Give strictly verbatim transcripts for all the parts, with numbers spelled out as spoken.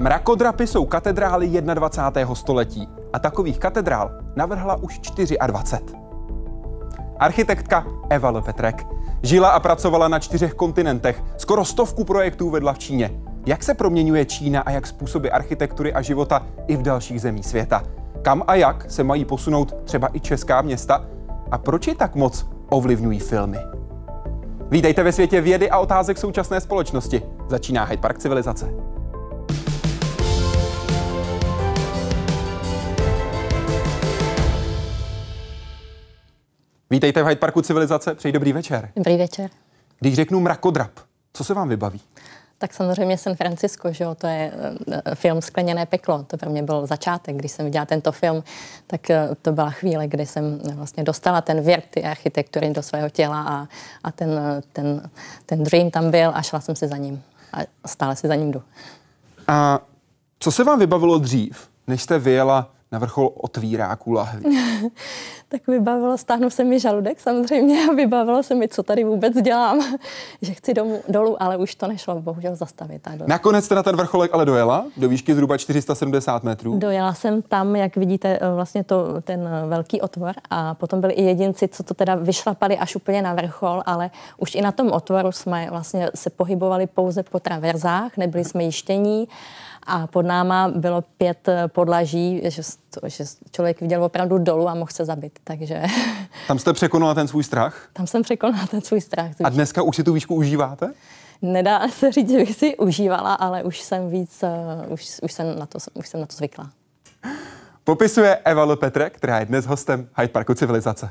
Mrakodrapy jsou katedrály dvacátého prvního století a takových katedrál navrhla už dvacet čtyři. Architektka Eva Le Petrec žila a pracovala na čtyřech kontinentech, skoro stovku projektů vedla v Číně. Jak se proměňuje Čína a jak způsoby architektury a života i v dalších zemích světa? Kam a jak se mají posunout třeba i česká města? A proč je tak moc ovlivňují filmy? Vítejte ve světě vědy a otázek současné společnosti. Začíná Hyde Park civilizace. Vítejte v Hyde Parku civilizace, přeji dobrý večer. Dobrý večer. Když řeknu mrakodrap, co se vám vybaví? Tak samozřejmě San Francisco, že jo, to je film Skleněné peklo. To pro mě byl začátek, když jsem viděla tento film, tak to byla chvíle, kdy jsem vlastně dostala ten věr ty architektury do svého těla a, a ten, ten, ten dream tam byl a šla jsem si za ním. A stále si za ním jdu. A co se vám vybavilo dřív, než jste vyjela na vrchol otvíráků lahví? Tak vybavilo, stáhnul se mi žaludek samozřejmě a vybavilo se mi, co tady vůbec dělám. Že chci domů, dolů, ale už to nešlo bohužel zastavit. Nakonec jste na ten vrcholek ale dojela? Do výšky zhruba čtyři sta sedmdesát metrů? Dojela jsem tam, jak vidíte, vlastně to, ten velký otvor a potom byli i jedinci, co to teda vyšlapali až úplně na vrchol, ale už i na tom otvoru jsme vlastně se pohybovali pouze po traverzách, nebyli jsme jištění. A pod náma bylo pět podlaží, že, že člověk viděl opravdu dolů a mohl se zabít, takže... Tam jste překonala ten svůj strach? Tam jsem překonala ten svůj strach. A dneska už si tu výšku užíváte? Nedá se říct, že bych si užívala, ale už jsem víc, uh, už, už, jsem na to, už jsem na to zvykla. Popisuje Eva Le Petrec, která je dnes hostem Hyde Parku civilizace.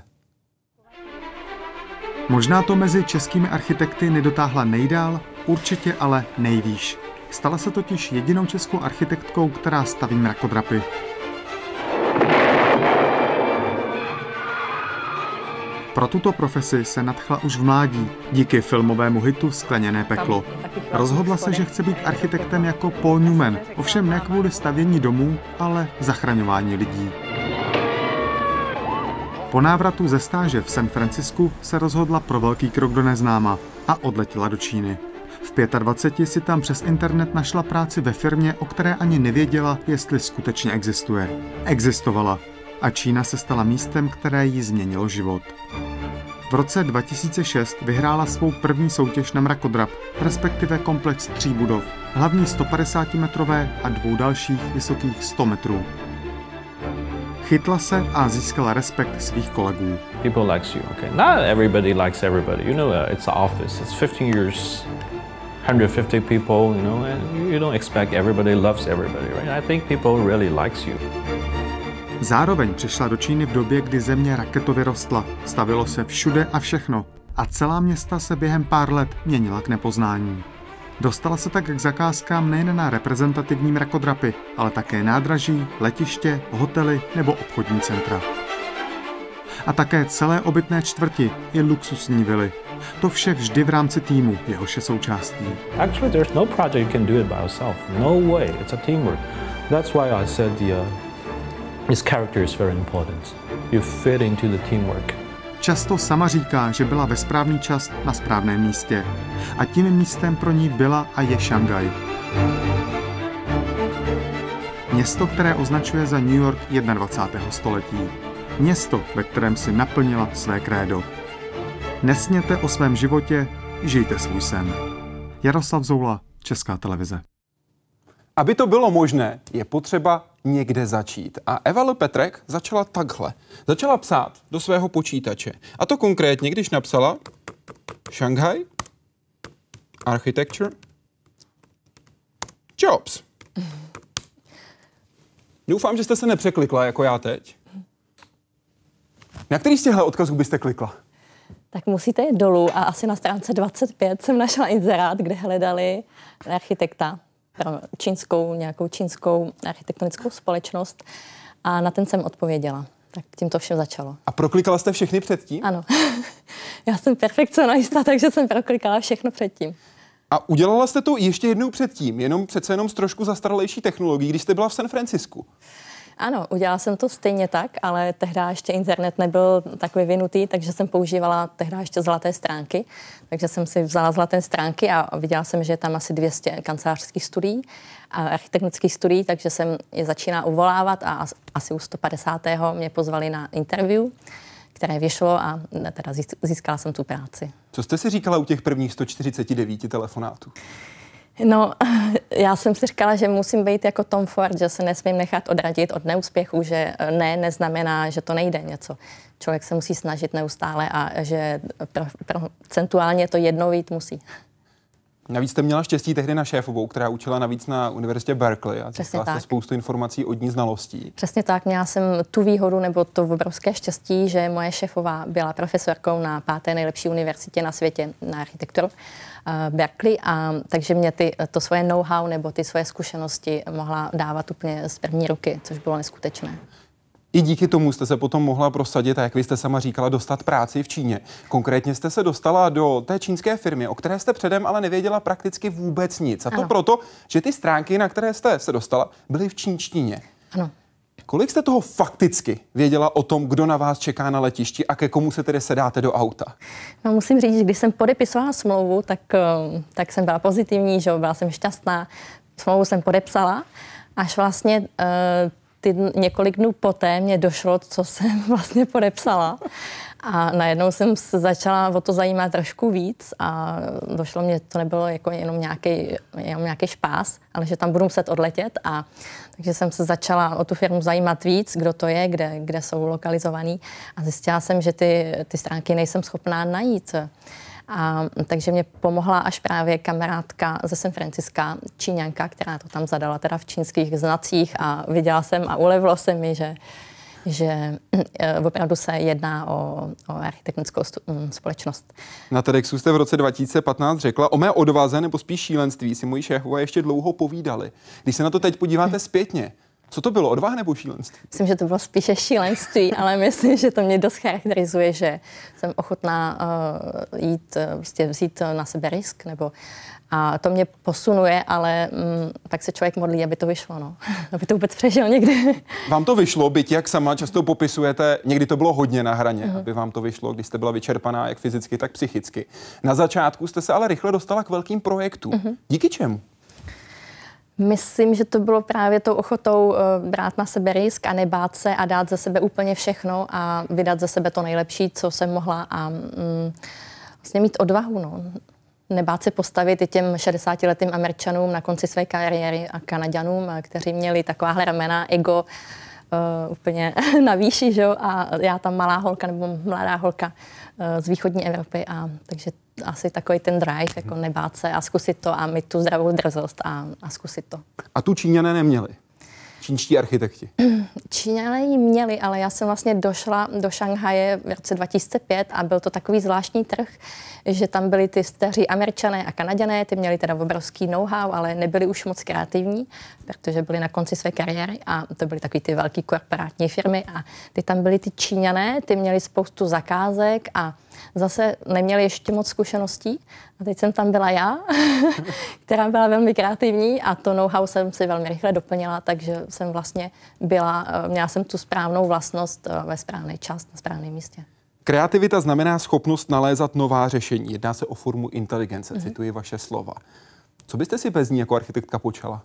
Možná to mezi českými architekty nedotáhla nejdál, určitě ale nejvýš. Stala se totiž jedinou českou architektkou, která staví mrakodrapy. Pro tuto profesi se nadchla už v mládí, díky filmovému hitu Skleněné peklo. Rozhodla se, že chce být architektem jako Paul Newman, ovšem ne kvůli stavění domů, ale zachraňování lidí. Po návratu ze stáže v San Francisku se rozhodla pro velký krok do neznáma a odletěla do Číny. V dvaceti pěti si tam přes internet našla práci ve firmě, o které ani nevěděla, jestli skutečně existuje. Existovala a Čína se stala místem, které jí změnilo život. V roce dva tisíce šest vyhrála svou první soutěž na mrakodrap, respektive komplex tří budov, hlavní stopadesátimetrové a dvou dalších vysokých sto metrů. Chytla se a získala respekt svých kolegů. People likes you, okay? Not everybody likes everybody. You know, uh, it's an office. It's fifteen years, one hundred fifty people, you know, and you don't expect everybody loves everybody, right? I think people really likes you. Zároveň přišla do Číny v době, kdy země raketově rostla. Stavilo se všude a všechno. A celá města se během pár let měnila k nepoznání. Dostala se tak k zakázkám nejen na reprezentativní mrakodrapy, ale také nádraží, letiště, hotely nebo obchodní centra. A také celé obytné čtvrti i luxusní vily. To vše vždy v rámci týmu, jehož je součástí. Actually, there's no project you can do it by yourself. No way. It's a teamwork. That's why I said the uh, this character is very important. You fit into the teamwork. Často sama říká, že byla ve správný čas na správném místě. A tím místem pro ní byla a je Šanghaj. Město, které označuje za New York dvacátého prvního století. Město, ve kterém si naplnila své krédo. Nesněte o svém životě, žijte svůj sen. Jaroslav Zoula, Česká televize. Aby to bylo možné, je potřeba někde začít. A Eva Le Petrec začala takhle. Začala psát do svého počítače. A to konkrétně, když napsala Shanghai Architecture Jobs. Doufám, že jste se nepřeklikla jako já teď. Na který z těchto odkazů byste klikla? Tak musíte jít dolů a asi na stránce dvacet pět jsem našla inzerát, kde hledali architekta pro čínskou, nějakou čínskou architektonickou společnost a na ten jsem odpověděla. Tak tím to vše začalo. A proklikala jste všechny předtím? Ano. Já jsem perfekcionista, takže jsem proklikala všechno předtím. A udělala jste to ještě jednou předtím, jenom přece jenom s trošku zastaralejší technologií, když jste byla v San Francisku? Ano, udělala jsem to stejně tak, ale tehdy ještě internet nebyl tak vyvinutý, takže jsem používala tehdy ještě zlaté stránky. Takže jsem si vzala zlaté stránky a viděla jsem, že je tam asi dvě stě kancelářských studií a architektonických studií, takže jsem je začínala uvolávat a asi u sto padesátého mě pozvali na interview, které vyšlo a teda získala jsem tu práci. Co jste si říkala u těch prvních sto čtyřicet devět telefonátů? No, já jsem si říkala, že musím být jako Tom Ford, že se nesmím nechat odradit od neúspěchu, že ne neznamená, že to nejde něco. Člověk se musí snažit neustále a že procentuálně to jednou vyjít musí. Navíc jste měla štěstí tehdy na šéfovou, která učila navíc na univerzitě Berkeley a získala jste spoustu informací od ní, znalostí. Přesně tak, měla jsem tu výhodu nebo to obrovské štěstí, že moje šéfová byla profesorkou na páté nejlepší univerzitě na světě na architekturu uh, Berkeley, a takže mě ty, to svoje know-how nebo ty svoje zkušenosti mohla dávat úplně z první ruky, což bylo neskutečné. I díky tomu jste se potom mohla prosadit a jak vy jste sama říkala, dostat práci v Číně. Konkrétně jste se dostala do té čínské firmy, o které jste předem ale nevěděla prakticky vůbec nic. A to ano. proto, že ty stránky, na které jste se dostala, byly v čínštině. Ano. Kolik jste toho fakticky věděla o tom, kdo na vás čeká na letišti a ke komu se tedy sedáte do auta? No, musím říct, že když jsem podepisovala smlouvu, tak, tak jsem byla pozitivní, že byla jsem šťastná. Smlouvu jsem podepsala, až vlastně uh, ty několik dnů poté mě došlo, co jsem vlastně podepsala. A najednou jsem se začala o to zajímat trošku víc a došlo mě, to nebylo jako jenom nějaký, jenom nějaký špás, ale že tam budu muset odletět. A takže jsem se začala o tu firmu zajímat víc, kdo to je, kde, kde jsou lokalizovaný. A zjistila jsem, že ty, ty stránky nejsem schopná najít. A takže mě pomohla až právě kamarádka ze San Franciska, Číňanka, která to tam zadala teda v čínských znacích a viděla jsem a ulevilo se mi, že, že opravdu se jedná o, o architektonickou společnost. Na TEDxu jste v roce dva tisíce patnáct řekla, o mé odvaze nebo spíš šílenství si moji šéfové ještě dlouho povídali. Když se na to teď podíváte zpětně, co to bylo, odvaha nebo šílenství? Myslím, že to bylo spíše šílenství, ale myslím, že to mě dost charakterizuje, že jsem ochotná uh, jít, uh, prostě vzít na sebe risk, nebo a to mě posunuje, ale um, tak se člověk modlí, aby to vyšlo, no. Aby to vůbec přežil někdy. Vám to vyšlo, byť jak sama často popisujete, někdy to bylo hodně na hraně, uh-huh. aby vám to vyšlo, když jste byla vyčerpaná jak fyzicky, tak psychicky. Na začátku jste se ale rychle dostala k velkým projektům. Uh-huh. Díky čemu? Myslím, že to bylo právě tou ochotou uh, brát na sebe risk a nebát se a dát ze sebe úplně všechno a vydat ze sebe to nejlepší, co jsem mohla a um, vlastně mít odvahu, no. Nebát se postavit i těm šedesátiletým Američanům na konci své kariéry a Kanaďanům, kteří měli takováhle ramena, ego uh, úplně na výši, že jo, a já tam malá holka nebo mladá holka uh, z východní Evropy a takže asi takový ten drive, jako nebát se a zkusit to a mít tu zdravou drzost a, a zkusit to. A tu Číňané neměli? Čínští architekti? Číňané ji měli, ale já jsem vlastně došla do Šanghaje v roce dva tisíce pět a byl to takový zvláštní trh, že tam byli ty staří Američané a Kanaďané, ty měli teda obrovský know-how, ale nebyli už moc kreativní, protože byli na konci své kariéry a to byly takový ty velký korporátní firmy a ty tam byli ty Číňané, ty měli spoustu zakázek a zase neměli ještě moc zkušeností. A teď jsem tam byla já, která byla velmi kreativní a to know-how jsem si velmi rychle doplnila, takže jsem vlastně byla, měla jsem tu správnou vlastnost ve správný čas, na správném místě. Kreativita znamená schopnost nalézat nová řešení. Jedná se o formu inteligence, mm-hmm. cituji vaše slova. Co byste si bez ní jako architektka počala?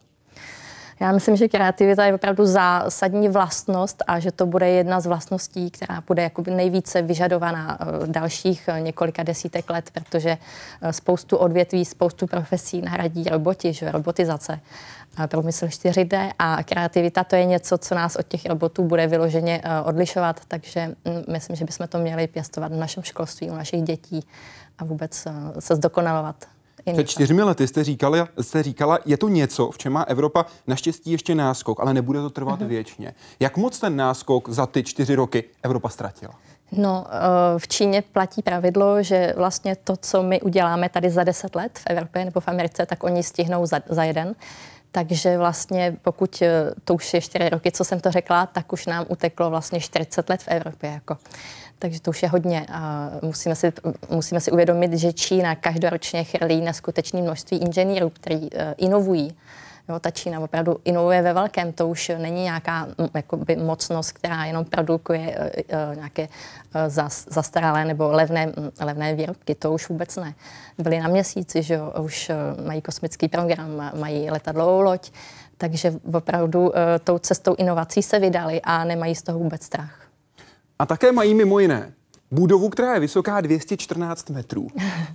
Já myslím, že kreativita je opravdu zásadní vlastnost a že to bude jedna z vlastností, která bude jakoby nejvíce vyžadovaná dalších několika desítek let, protože spoustu odvětví, spoustu profesí nahradí roboti, že robotizace, průmysl čtyři dé a kreativita to je něco, co nás od těch robotů bude vyloženě odlišovat, takže myslím, že bychom to měli pěstovat v našem školství, u našich dětí a vůbec se zdokonalovat. Před čtyřmi lety jste říkala, jste říkala, je to něco, v čem má Evropa naštěstí ještě náskok, ale nebude to trvat uh-huh. věčně. Jak moc ten náskok za ty čtyři roky Evropa ztratila? No, v Číně platí pravidlo, že vlastně to, co my uděláme tady za deset let v Evropě nebo v Americe, tak oni stihnou za, za jeden. Takže vlastně pokud to už je čtyři roky, co jsem to řekla, tak už nám uteklo vlastně čtyřicet let v Evropě. Jako. Takže to už je hodně. A musíme si, musíme si uvědomit, že Čína každoročně chrlí neskutečné množství inženýrů, kteří uh, inovují Jo, ta Čína opravdu inovuje ve velkém, to už není nějaká jakoby, mocnost, která jenom produkuje uh, uh, nějaké uh, zas, zastaralé nebo levné, levné výrobky, to už vůbec ne. Byli na měsíci, že jo, už uh, mají kosmický program, mají letadlovou loď, takže opravdu uh, tou cestou inovací se vydali a nemají z toho vůbec strach. A také mají mimo jiné budovu, která je vysoká dvě stě čtrnáct metrů.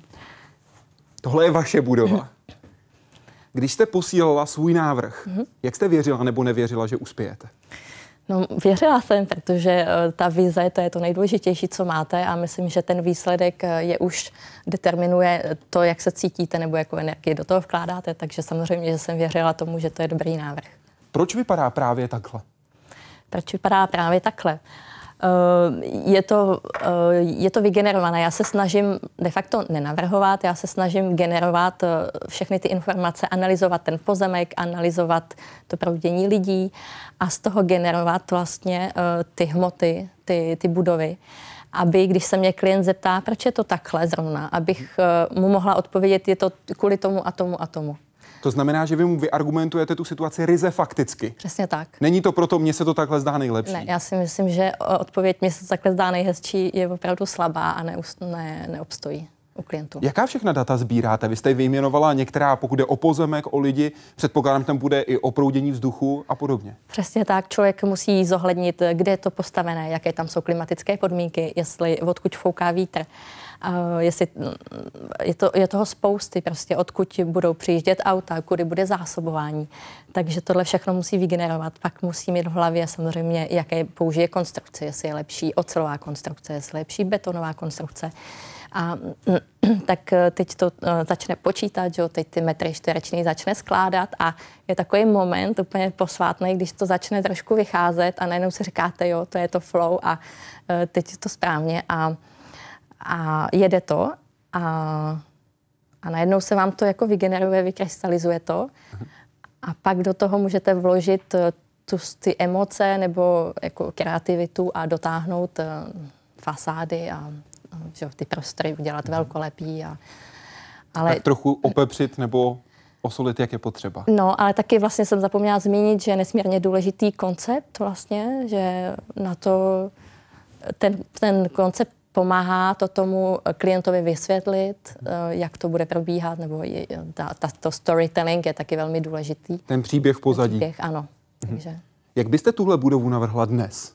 Tohle je vaše budova. Když jste posílala svůj návrh, mm-hmm. jak jste věřila nebo nevěřila, že uspějete? No, věřila jsem, protože ta vize, to je to nejdůležitější, co máte a myslím, že ten výsledek je už determinuje to, jak se cítíte nebo jakou energii do toho vkládáte, takže samozřejmě, že jsem věřila tomu, že to je dobrý návrh. Proč vypadá právě takhle? Proč vypadá právě takhle? Je to, je to vygenerované. Já se snažím de facto nenavrhovat, já se snažím generovat všechny ty informace, analyzovat ten pozemek, analyzovat to proudění lidí a z toho generovat vlastně ty hmoty, ty, ty budovy, aby když se mě klient zeptá, proč je to takhle zrovna, abych mu mohla odpovědět, je to kvůli tomu a tomu a tomu. To znamená, že vy mu vyargumentujete tu situaci ryze fakticky. Přesně tak. Není to proto, mně se to takhle zdá nejlepší. Ne, já si myslím, že odpověď mně se to takhle zdá nejhezčí je opravdu slabá a ne, ne, neobstojí u klientů. Jaká všechna data sbíráte? Vy jste vyjmenovala některá, pokud jde o pozemek, o lidi, předpokládám, tam bude i o proudění vzduchu a podobně. Přesně tak, člověk musí zohlednit, kde je to postavené, jaké tam jsou klimatické podmínky, jestli odkud fouká vítr. Uh, jestli, je, to, je toho spousty, prostě odkud budou přijíždět auta, kudy bude zásobování. Takže tohle všechno musí vygenerovat. Pak musí mít v hlavě samozřejmě, jaké použije konstrukce, jestli je lepší ocelová konstrukce, jestli je lepší betonová konstrukce. A tak teď to uh, začne počítat, že teď ty metry čtvereční začne skládat a je takový moment úplně posvátný, když to začne trošku vycházet a najednou si říkáte, jo, to je to flow a uh, teď je to správně a a jede to a, a najednou se vám to jako vygeneruje, vykrystalizuje to a pak do toho můžete vložit tu, ty emoce nebo jako kreativitu a dotáhnout uh, fasády a že, ty prostory udělat velkolepý. A, ale, tak trochu opepřit nebo osolit, jak je potřeba. No, ale taky vlastně jsem zapomněla zmínit, že je nesmírně důležitý koncept vlastně, že na to ten, ten koncept pomáhá to tomu klientovi vysvětlit, jak to bude probíhat, nebo je, ta, ta, to storytelling je taky velmi důležitý. Ten příběh v pozadí. Ten příběh, ano. Mhm. Takže. Jak byste tuhle budovu navrhla dnes?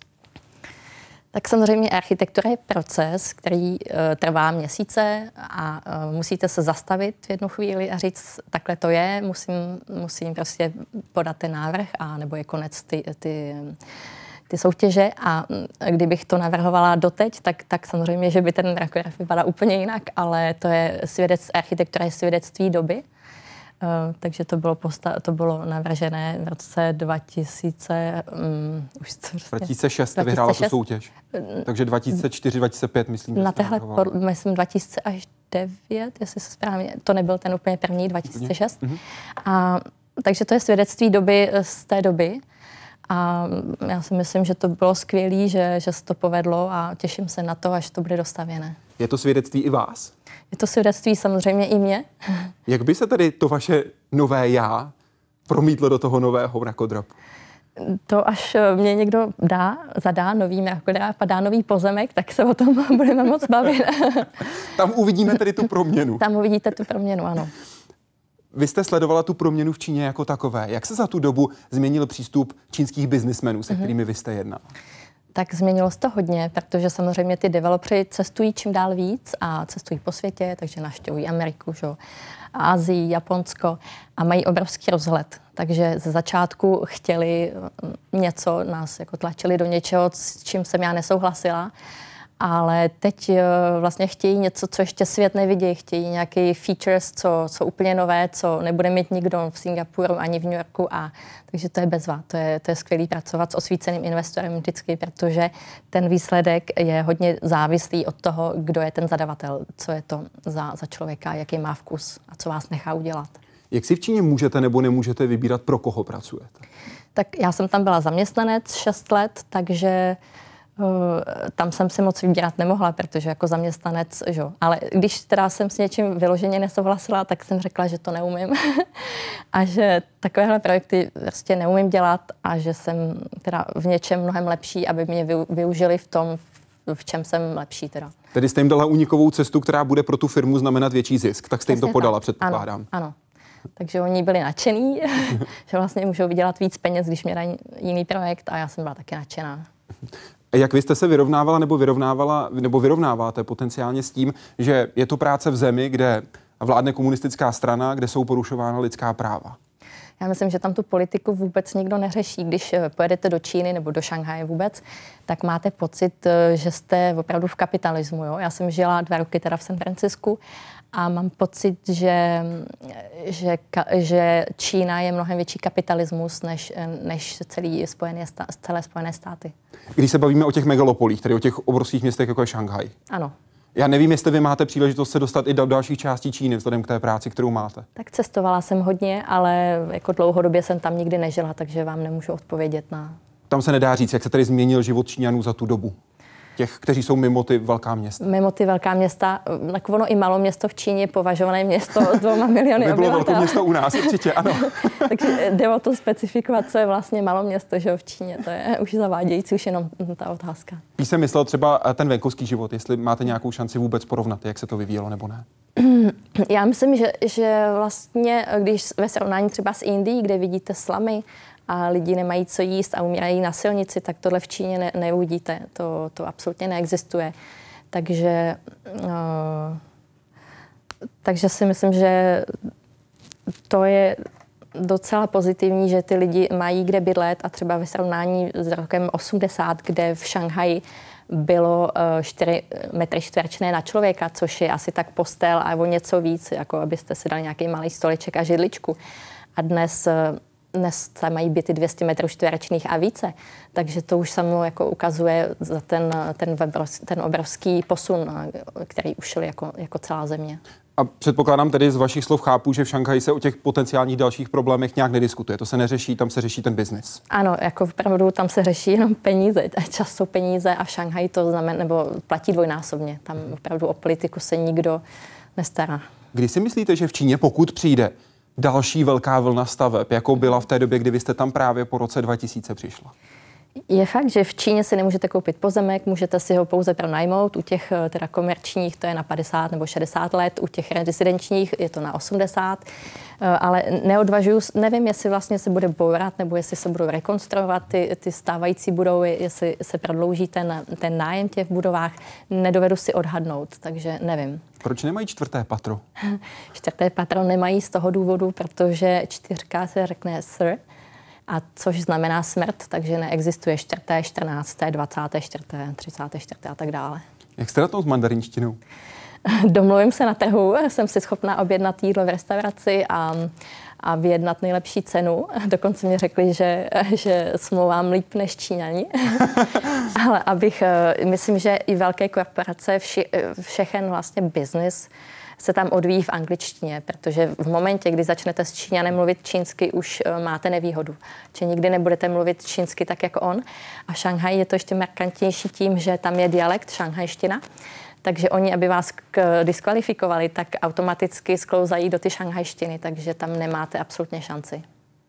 Tak samozřejmě architektura je proces, který uh, trvá měsíce a uh, musíte se zastavit v jednu chvíli a říct, takhle to je, musím, musím prostě podat ten návrh a nebo je konec ty, ty ty soutěže a kdybych to navrhovala doteď, tak, tak samozřejmě, že by ten drakograf vypadal úplně jinak, ale to je svědec, architektura je svědectví doby, uh, takže to bylo, posta- to bylo navržené v roce dva tisíce, um, už to vlastně, dva tisíce šest vyhrála tu soutěž, takže dva tisíce čtyři, dva tisíce pět, myslím. Na téhle, myslím, dva tisíce až devět, jestli se správně, to nebyl ten úplně první, dva tisíce šest. Mm-hmm. A, takže to je svědectví doby z té doby. A já si myslím, že to bylo skvělé, že, že se to povedlo a těším se na to, až to bude dostavěné. Je to svědectví i vás? Je to svědectví samozřejmě i mě. Jak by se tedy to vaše nové já promítlo do toho nového mrakodrapu? To až mě někdo dá, zadá nový mrakodrap a dá nový pozemek, tak se o tom budeme moc bavit. Tam uvidíme tedy tu proměnu. Tam uvidíte tu proměnu, ano. Vy jste sledovala tu proměnu v Číně jako takové. Jak se za tu dobu změnil přístup čínských biznismenů, se kterými vy jste jednala? Tak změnilo se to hodně, protože samozřejmě ty developři cestují čím dál víc a cestují po světě, takže navštěvují Ameriku, že? Asii, Japonsko a mají obrovský rozhled. Takže ze začátku chtěli něco, nás jako tlačili do něčeho, s čím jsem já nesouhlasila. Ale teď vlastně chtějí něco, co ještě svět nevidí, chtějí nějaký features, co, co úplně nové, co nebude mít nikdo v Singapuru ani v New Yorku. A, takže to je bezva. To je, to je skvělý pracovat s osvíceným investorem vždycky, protože ten výsledek je hodně závislý od toho, kdo je ten zadavatel, co je to za, za člověka, jaký má vkus a co vás nechá udělat. Jak si v Číně můžete nebo nemůžete vybírat, pro koho pracujete? Tak já jsem tam byla zaměstnanec šest let, takže Tam jsem si moc vybírat nemohla, protože jako zaměstnanec, že? Ale když teda jsem s něčím vyloženě nesouhlasila, tak jsem řekla, že to neumím a že takovéhle projekty prostě neumím dělat a že jsem teda v něčem mnohem lepší, aby mě využili v tom, v čem jsem lepší teda. Tedy jste jim dala únikovou cestu, která bude pro tu firmu znamenat větší zisk, tak jste jim to podala, tak. předpokládám. Ano, ano. Takže oni byli nadšení, že vlastně můžou vydělat víc peněz, když mě dají jiný projekt a já jsem byla taky nadšená. Jak vy jste se vyrovnávala nebo vyrovnávala, nebo vyrovnáváte potenciálně s tím, že je to práce v zemi, kde vládne komunistická strana, kde jsou porušována lidská práva? Já myslím, že tam tu politiku vůbec nikdo neřeší. Když pojedete do Číny nebo do Šanghaje vůbec, tak máte pocit, že jste opravdu v kapitalismu. Jo? Já jsem žila dva roky teda v San Francisku a mám pocit, že, že, že Čína je mnohem větší kapitalismus než, než celý spojené, celé Spojené státy. Když se bavíme o těch megalopolích, tedy o těch obrovských městech, jako je Šanghaj. Ano. Já nevím, jestli vy máte příležitost se dostat i do dalších částí Číny, vzhledem k té práci, kterou máte. Tak cestovala jsem hodně, ale jako dlouhodobě jsem tam nikdy nežila, takže vám nemůžu odpovědět na... Tam se nedá říct, jak se tady změnil život Číňanů za tu dobu. Těch, kteří jsou mimo ty velká města. Mimo ty velká města. Tak ono i malo město v Číně je považované město s dvěma miliony obyvatel. To by bylo velké město u nás, určitě, ano. Takže jde o to specifikovat, co je vlastně malo město, že v Číně. To je už zavádějící, už jenom ta otázka. Když jsem myslel třeba ten venkovský život, jestli máte nějakou šanci vůbec porovnat, jak se to vyvíjelo nebo ne? Já myslím, že, že vlastně, když ve srovnání třeba s Indií, kde vidíte slamy, a lidi nemají co jíst a umírají na silnici, tak tohle v Číně ne, neuvidíte. To, to absolutně neexistuje. Takže, uh, takže si myslím, že to je docela pozitivní, že ty lidi mají kde bydlet a třeba ve srovnání s rokem osmdesát, kde v Šanghaji bylo čtyři metry čtverečné na člověka, což je asi tak postel a o něco víc, jako abyste si dali nějaký malý stoleček a židličku. A dnes Dnes tam mají byty dvě stě metrů čtverečných a více. Takže to už samo jako ukazuje za ten, ten, ten obrovský posun, který ušel jako, jako celá země. A předpokládám tedy z vašich slov chápu, že v Šanghaji se o těch potenciálních dalších problémech nějak nediskutuje. To se neřeší, tam se řeší ten biznis. Ano, jako opravdu tam se řeší jenom peníze. Čas jsou peníze a v Šanghaji to znamená, nebo platí dvojnásobně. Tam opravdu o politiku se nikdo nestará. Kdy si myslíte, že v Číně, pokud přijde další velká vlna staveb, jako byla v té době, kdy vy jste tam právě po roce dva tisíce přišla? Je fakt, že v Číně si nemůžete koupit pozemek, můžete si ho pouze pronajmout, u těch teda komerčních to je na padesát nebo šedesát let, u těch rezidenčních je to na osmdesát, ale neodvažuju, nevím, jestli vlastně se bude bourat, nebo jestli se budou rekonstruovat ty, ty stávající budovy, jestli se prodlouží ten, ten nájem těch budovách, nedovedu si odhadnout, takže nevím. Proč nemají čtvrté patro? Čtvrté patro nemají z toho důvodu, protože čtyřka se řekne sir, a což znamená smrt, takže neexistuje čtvrté, čtrnácté, dvacáté čtvrté, třicáté čtvrté a tak dále. Jak jste na tom s mandarinštinou? Domluvím se na trhu, jsem si schopná objednat jídlo v restauraci a, a vyjednat nejlepší cenu. Dokonce mi řekli, že, že smlouvám líp než Číňani. Ale abych, myslím, že i velké korporace, vši, všechen vlastně business se tam odvíjí v angličtině, protože v momentě, kdy začnete s Číňanem mluvit čínsky, už máte nevýhodu. Že nikdy nebudete mluvit čínsky tak jako on. A v Šanghaji je to ještě markantnější tím, že tam je dialekt šanghajština. Takže oni, aby vás k- diskvalifikovali, tak automaticky sklouzají do ty šanghajštiny, takže tam nemáte absolutně šanci.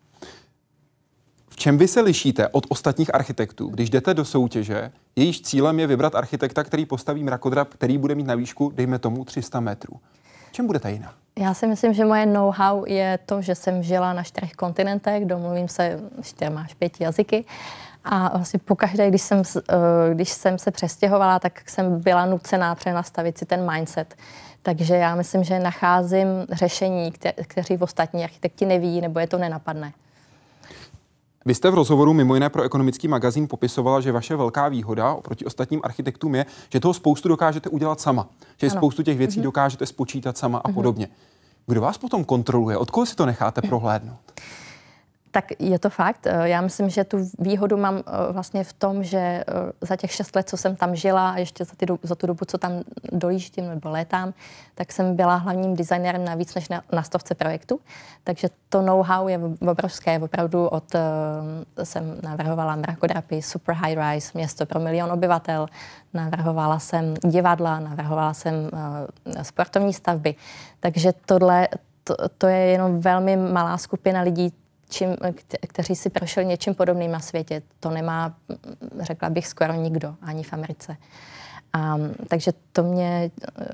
V čem vy se lišíte od ostatních architektů, když jdete do soutěže, jejíž cílem je vybrat architekta, který postaví mrakodrap, který bude mít na výšku, dejme tomu, tři sta metrů? V čem budete jiná? Já si myslím, že moje know-how je to, že jsem žila na čtyřech kontinentech, domluvím se čtyřma až pěti jazyky. A vlastně pokaždé, když jsem, když jsem se přestěhovala, tak jsem byla nucená přenastavit si ten mindset. Takže já myslím, že nacházím řešení, kte- kteří v ostatní architekti neví, nebo je to nenapadne. Vy jste v rozhovoru mimo jiné pro Ekonomický magazín popisovala, že vaše velká výhoda oproti ostatním architektům je, že toho spoustu dokážete udělat sama. Že ano. Spoustu těch věcí mm-hmm. dokážete spočítat sama a mm-hmm. podobně. Kdo vás potom kontroluje? Od koho si to necháte prohlédnout? Tak je to fakt. Já myslím, že tu výhodu mám vlastně v tom, že za těch šest let, co jsem tam žila, a ještě za, ty, za tu dobu, co tam dojíždím nebo létám, tak jsem byla hlavním designérem na víc než na, na stovce projektů. Takže to know-how je obrovské. Opravdu od, jsem navrhovala mrakodrapy, super high rise, město pro milion obyvatel, navrhovala jsem divadla, navrhovala jsem sportovní stavby. Takže tohle, to, to je jenom velmi malá skupina lidí, Čím, kteří si prošli něčím podobným na světě. To nemá, řekla bych, skoro nikdo, ani v Americe. A, takže to mě,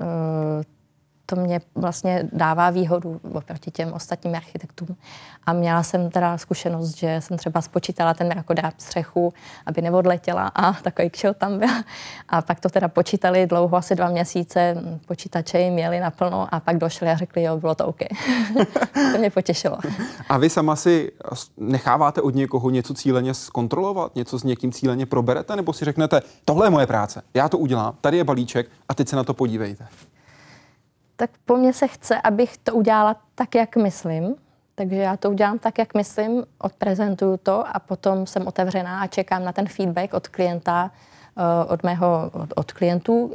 to mě vlastně dává výhodu oproti těm ostatním architektům. A měla jsem teda zkušenost, že jsem třeba spočítala ten mrakodrap střechu, aby neodletěla a takový kšel tam byl. A pak to teda počítali dlouho, asi dva měsíce, počítače jim měli naplno a pak došli a řekli, jo, bylo to OK. To mě potěšilo. A vy sama si necháváte od někoho něco cíleně zkontrolovat, něco s někým cíleně proberete, nebo si řeknete, tohle je moje práce, já to udělám, tady je balíček a teď se na to podívejte? Tak po mně se chce, abych to udělala tak, jak myslím. Takže já to udělám tak, jak myslím, odprezentuju to a potom jsem otevřená a čekám na ten feedback od klienta, od mého, od, od klientů.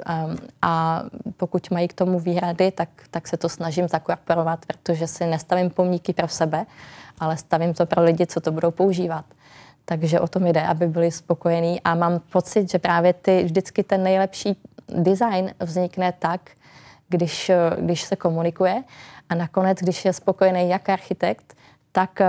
A pokud mají k tomu výhrady, tak, tak se to snažím zakorporovat, protože si nestavím pomníky pro sebe, ale stavím to pro lidi, co to budou používat. Takže o tom jde, aby byli spokojení. A mám pocit, že právě ty, vždycky ten nejlepší design vznikne tak, Když, když se komunikuje a nakonec, když je spokojený jak architekt, tak,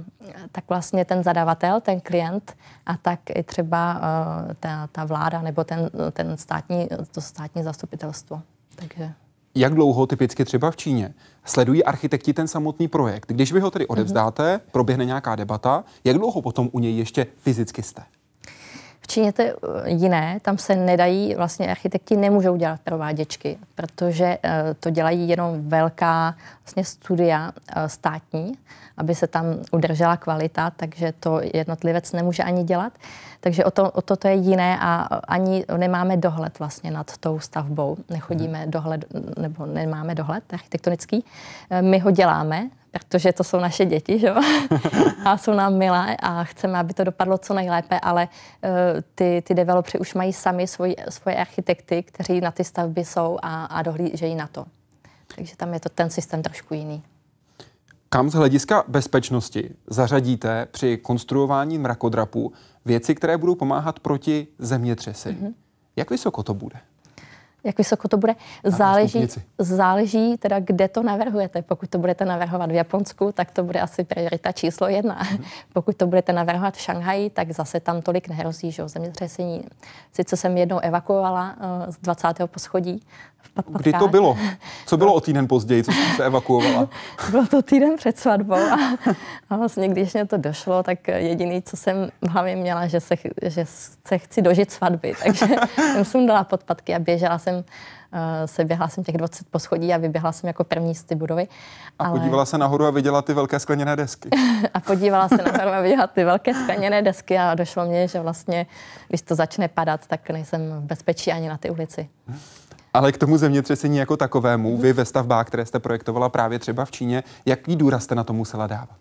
tak vlastně ten zadavatel, ten klient a tak i třeba ta, ta vláda nebo ten, ten státní, to státní zastupitelstvo. Takže... Jak dlouho typicky třeba v Číně sledují architekti ten samotný projekt? Když vy ho tedy odevzdáte, mm-hmm. proběhne nějaká debata, jak dlouho potom u něj ještě fyzicky jste? V Číně to je jiné, tam se nedají, vlastně architekti nemůžou dělat prováděčky, protože to dělají jenom velká vlastně studia státní, aby se tam udržela kvalita, takže to jednotlivec nemůže ani dělat. Takže o to, o to, to je jiné a ani nemáme dohled vlastně nad tou stavbou. Nechodíme dohled, nebo nemáme dohled architektonický. My ho děláme, protože to jsou naše děti, že jo? A jsou nám milé a chceme, aby to dopadlo co nejlépe, ale uh, ty, ty developři už mají sami svoj, svoje architekty, kteří na ty stavby jsou a, a dohlížejí na to. Takže tam je to ten systém trošku jiný. Kam z hlediska bezpečnosti zařadíte při konstruování mrakodrapu věci, které budou pomáhat proti zemětřesení? Mm-hmm. Jak vysoko to bude? Jak vysoko to bude? Záleží, záleží teda, kde to navrhujete. Pokud to budete navrhovat v Japonsku, tak to bude asi priorita číslo jedna. Hmm. Pokud to budete navrhovat v Šanghaji, tak zase tam tolik nehrozí, že zemětřesení. Sice jsem jednou evakuovala uh, z dvacátého poschodí. Kdy to bylo? Co bylo o týden později, co jste se evakuovala? Bylo to týden před svatbou a, a vlastně, když mě to došlo, tak jediný, co jsem v hlavě měla, že se, že se chci dožít svatby. Takže jsem sundala podpatky a běžela jsem, uh, se běhla jsem těch dvacet poschodí a vyběhla jsem jako první z ty budovy. A ale... podívala se nahoru a viděla ty velké skleněné desky. A podívala se nahoru a viděla ty velké skleněné desky a došlo mě, že vlastně, když to začne padat, tak nejsem v bezpečí ani na ty ulici. Hmm. Ale k tomu zemětřesení jako takovému, vy ve stavbách, které jste projektovala právě třeba v Číně, jaký důraz jste na to musela dávat?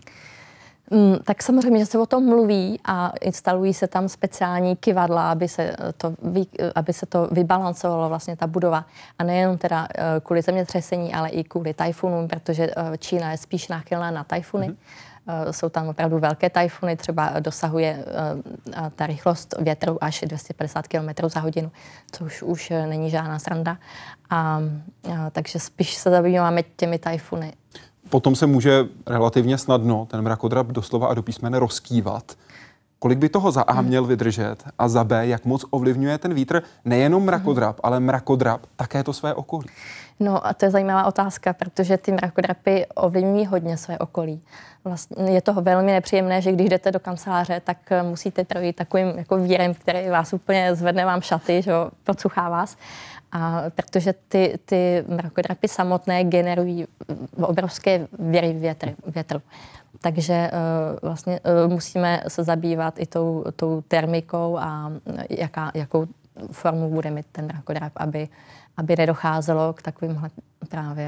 Mm, tak samozřejmě, že se o tom mluví a instalují se tam speciální kyvadla, aby se to, aby se to vybalancovalo vlastně ta budova. A nejenom teda kvůli zemětřesení, ale i kvůli tajfunům, protože Čína je spíš náchylná na tajfuny. Mm-hmm. Jsou tam opravdu velké tajfuny, třeba dosahuje uh, ta rychlost větru až dvě stě padesát kilometrů za hodinu, což už není žádná sranda. A, a, takže spíš se zabýváme těmi tajfuny. Potom se může relativně snadno ten mrakodrap doslova a do písmene rozkývat. Kolik by toho za A měl vydržet a za B, jak moc ovlivňuje ten vítr nejenom mrakodrap, mm. ale mrakodrap také to své okolí? No a to je zajímavá otázka, protože ty mrakodrapy ovlivňují hodně své okolí. Vlastně je to velmi nepříjemné, že když jdete do kanceláře, tak musíte projít takovým jako vírem, který vás úplně zvedne vám šaty, že jo, podsuchá vás. A protože ty, ty mrakodrapy samotné generují obrovské věry větry, větru. Takže uh, vlastně uh, musíme se zabývat i tou, tou termikou a jaká, jakou formu bude mít ten mrakodrap, aby, aby nedocházelo k takovýmhle právě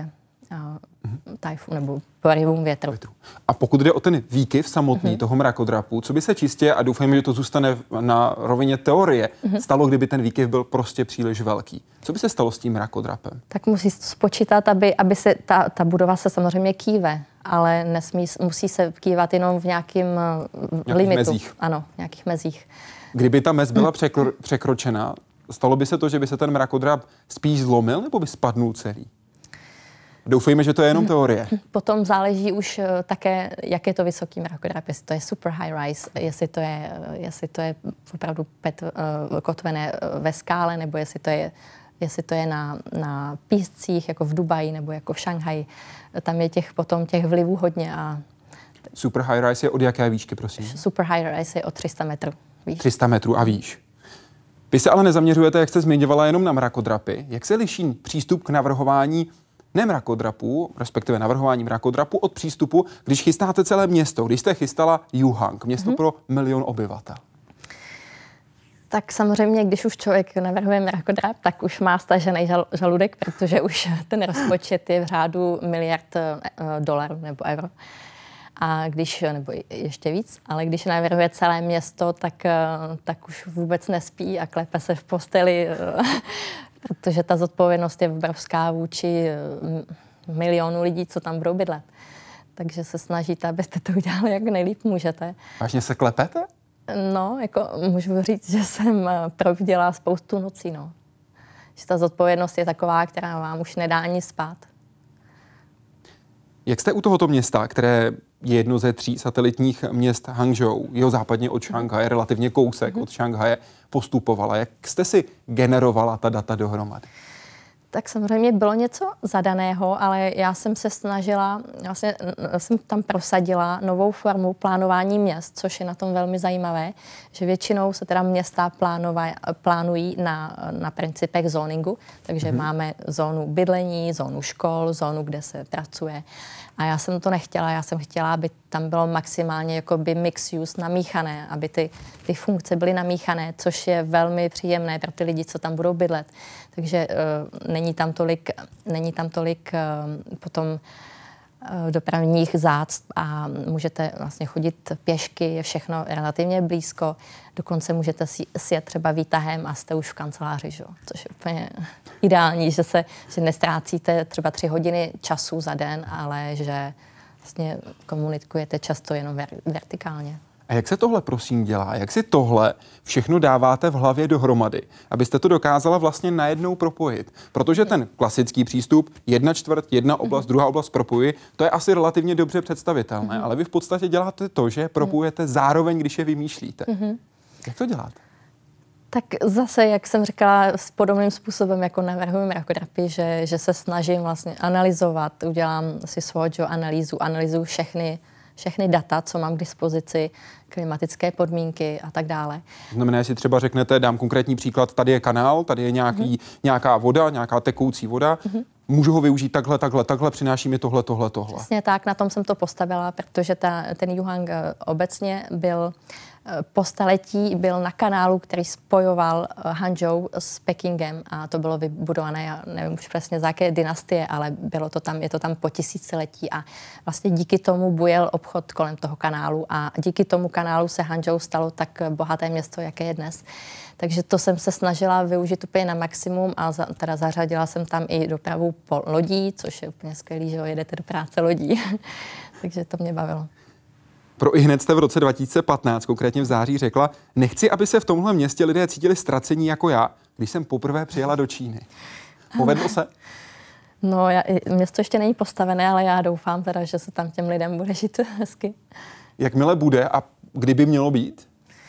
tajfun nebo porivům větru. A pokud jde o ten výkyv samotný mm-hmm. toho mrakodrapu, co by se čistě, a doufejme, že to zůstane na rovině teorie, mm-hmm. stalo, kdyby ten výkyv byl prostě příliš velký? Co by se stalo s tím mrakodrapem? Tak musí spočítat, aby, aby se ta, ta budova se samozřejmě kýve, ale nesmí, musí se kývat jenom v nějakým nějakých limitu. Mezích. Ano, v nějakých mezích. Kdyby ta mez byla překro, překročena, stalo by se to, že by se ten mrakodrap spíš zlomil, nebo by spadnul celý? Doufejme, že to je jenom teorie. Potom záleží už také, jak je to vysoký mrakodrap, jestli to je super high rise, jestli to je, jestli to je opravdu pet, uh, kotvené ve skále, nebo jestli to je, jestli to je na, na píscích, jako v Dubaji, nebo jako v Šanghaji. Tam je těch potom těch vlivů hodně. A super high rise je od jaké výšky, prosím? Super high rise je od tři sta metrů. Výš. tři sta metrů a výš. Vy se ale nezaměřujete, jak jste zmiňovala, jenom na mrakodrapy. Jak se liší přístup k navrhování ne mrakodrapů, respektive navrhování mrakodrapu od přístupu, když chystáte celé město, když jste chystala Juhang, město mm-hmm. pro milion obyvatel? Tak samozřejmě, když už člověk navrhuje mrakodrap, tak už má stažený žal, žaludek, protože už ten rozpočet je v řádu miliard uh, dolarů nebo euro. A když, nebo ještě víc, ale když navrhuje celé město, tak, uh, tak už vůbec nespí a klepe se v posteli, uh, protože ta zodpovědnost je obrovská vůči uh, milionu lidí, co tam budou bydlet. Takže se snažíte, abyste to udělali, jak nejlíp můžete. Vážně se klepete? No, jako můžu říct, že jsem providěla spoustu nocí, no. Že ta zodpovědnost je taková, která vám už nedá ani spát. Jak jste u tohoto města, které je jedno ze tří satelitních měst Hangzhou, jeho západně od Šanghaje, relativně kousek mm-hmm. od Šanghaje, postupovala? Jak jste si generovala ta data dohromady? Tak samozřejmě bylo něco zadaného, ale já jsem se snažila, vlastně jsem tam prosadila novou formu plánování měst, což je na tom velmi zajímavé, že většinou se teda města plánova, plánují na, na principech zoningu, takže mm-hmm. máme zónu bydlení, zónu škol, zónu, kde se pracuje. A já jsem to nechtěla, já jsem chtěla, aby tam bylo maximálně jakoby mix use namíchané, aby ty, ty funkce byly namíchané, což je velmi příjemné pro ty lidi, co tam budou bydlet. Takže uh, není tam tolik, není tam tolik uh, potom uh, dopravních zácp a můžete vlastně chodit pěšky, je všechno relativně blízko. Dokonce můžete si sjet třeba výtahem a jste už v kanceláři, že? Což je úplně ideální, že se že nestrácíte třeba tři hodiny času za den, ale že vlastně komunikujete často jenom ver- vertikálně. A jak se tohle prosím dělá? Jak si tohle všechno dáváte v hlavě dohromady, abyste to dokázala vlastně najednou propojit? Protože ten klasický přístup, jedna čtvrt, jedna oblast, mm-hmm. druhá oblast propojí, to je asi relativně dobře představitelné, mm-hmm. ale vy v podstatě děláte to, že propojujete zároveň, když je vymýšlíte. Mm-hmm. Jak to děláte? Tak zase, jak jsem říkala, s podobným způsobem, jako navrhuji mrakodrapy, že, že se snažím vlastně analyzovat, udělám si SWOT analýzu, analyzuju všechny všechny data, co mám k dispozici, klimatické podmínky a tak dále. Znamená, jestli třeba řeknete, dám konkrétní příklad, tady je kanál, tady je nějaký, mm-hmm. nějaká voda, nějaká tekoucí voda, mm-hmm. můžu ho využít takhle, takhle, takhle, přináší mi tohle, tohle, tohle. Přesně tak, na tom jsem to postavila, protože ta, ten Juhang obecně byl po staletí byl na kanálu, který spojoval Hangzhou s Pekingem a to bylo vybudované, já nevím už přesně z jaké dynastie, ale bylo to tam, je to tam po tisíciletí a vlastně díky tomu bujel obchod kolem toho kanálu a díky tomu kanálu se Hangzhou stalo tak bohaté město, jaké je dnes. Takže to jsem se snažila využít úplně na maximum a za, teda zařadila jsem tam i dopravu po lodí, což je úplně skvělý, že jedete do práce lodí. Takže to mě bavilo. Pro ihned jste v roce dva tisíce patnáct, konkrétně v září, řekla, nechci, aby se v tomhle městě lidé cítili ztracení jako já, když jsem poprvé přijela do Číny. Povedlo se? No, já, město ještě není postavené, ale já doufám teda, že se tam těm lidem bude žít hezky. Jakmile bude a kdyby mělo být?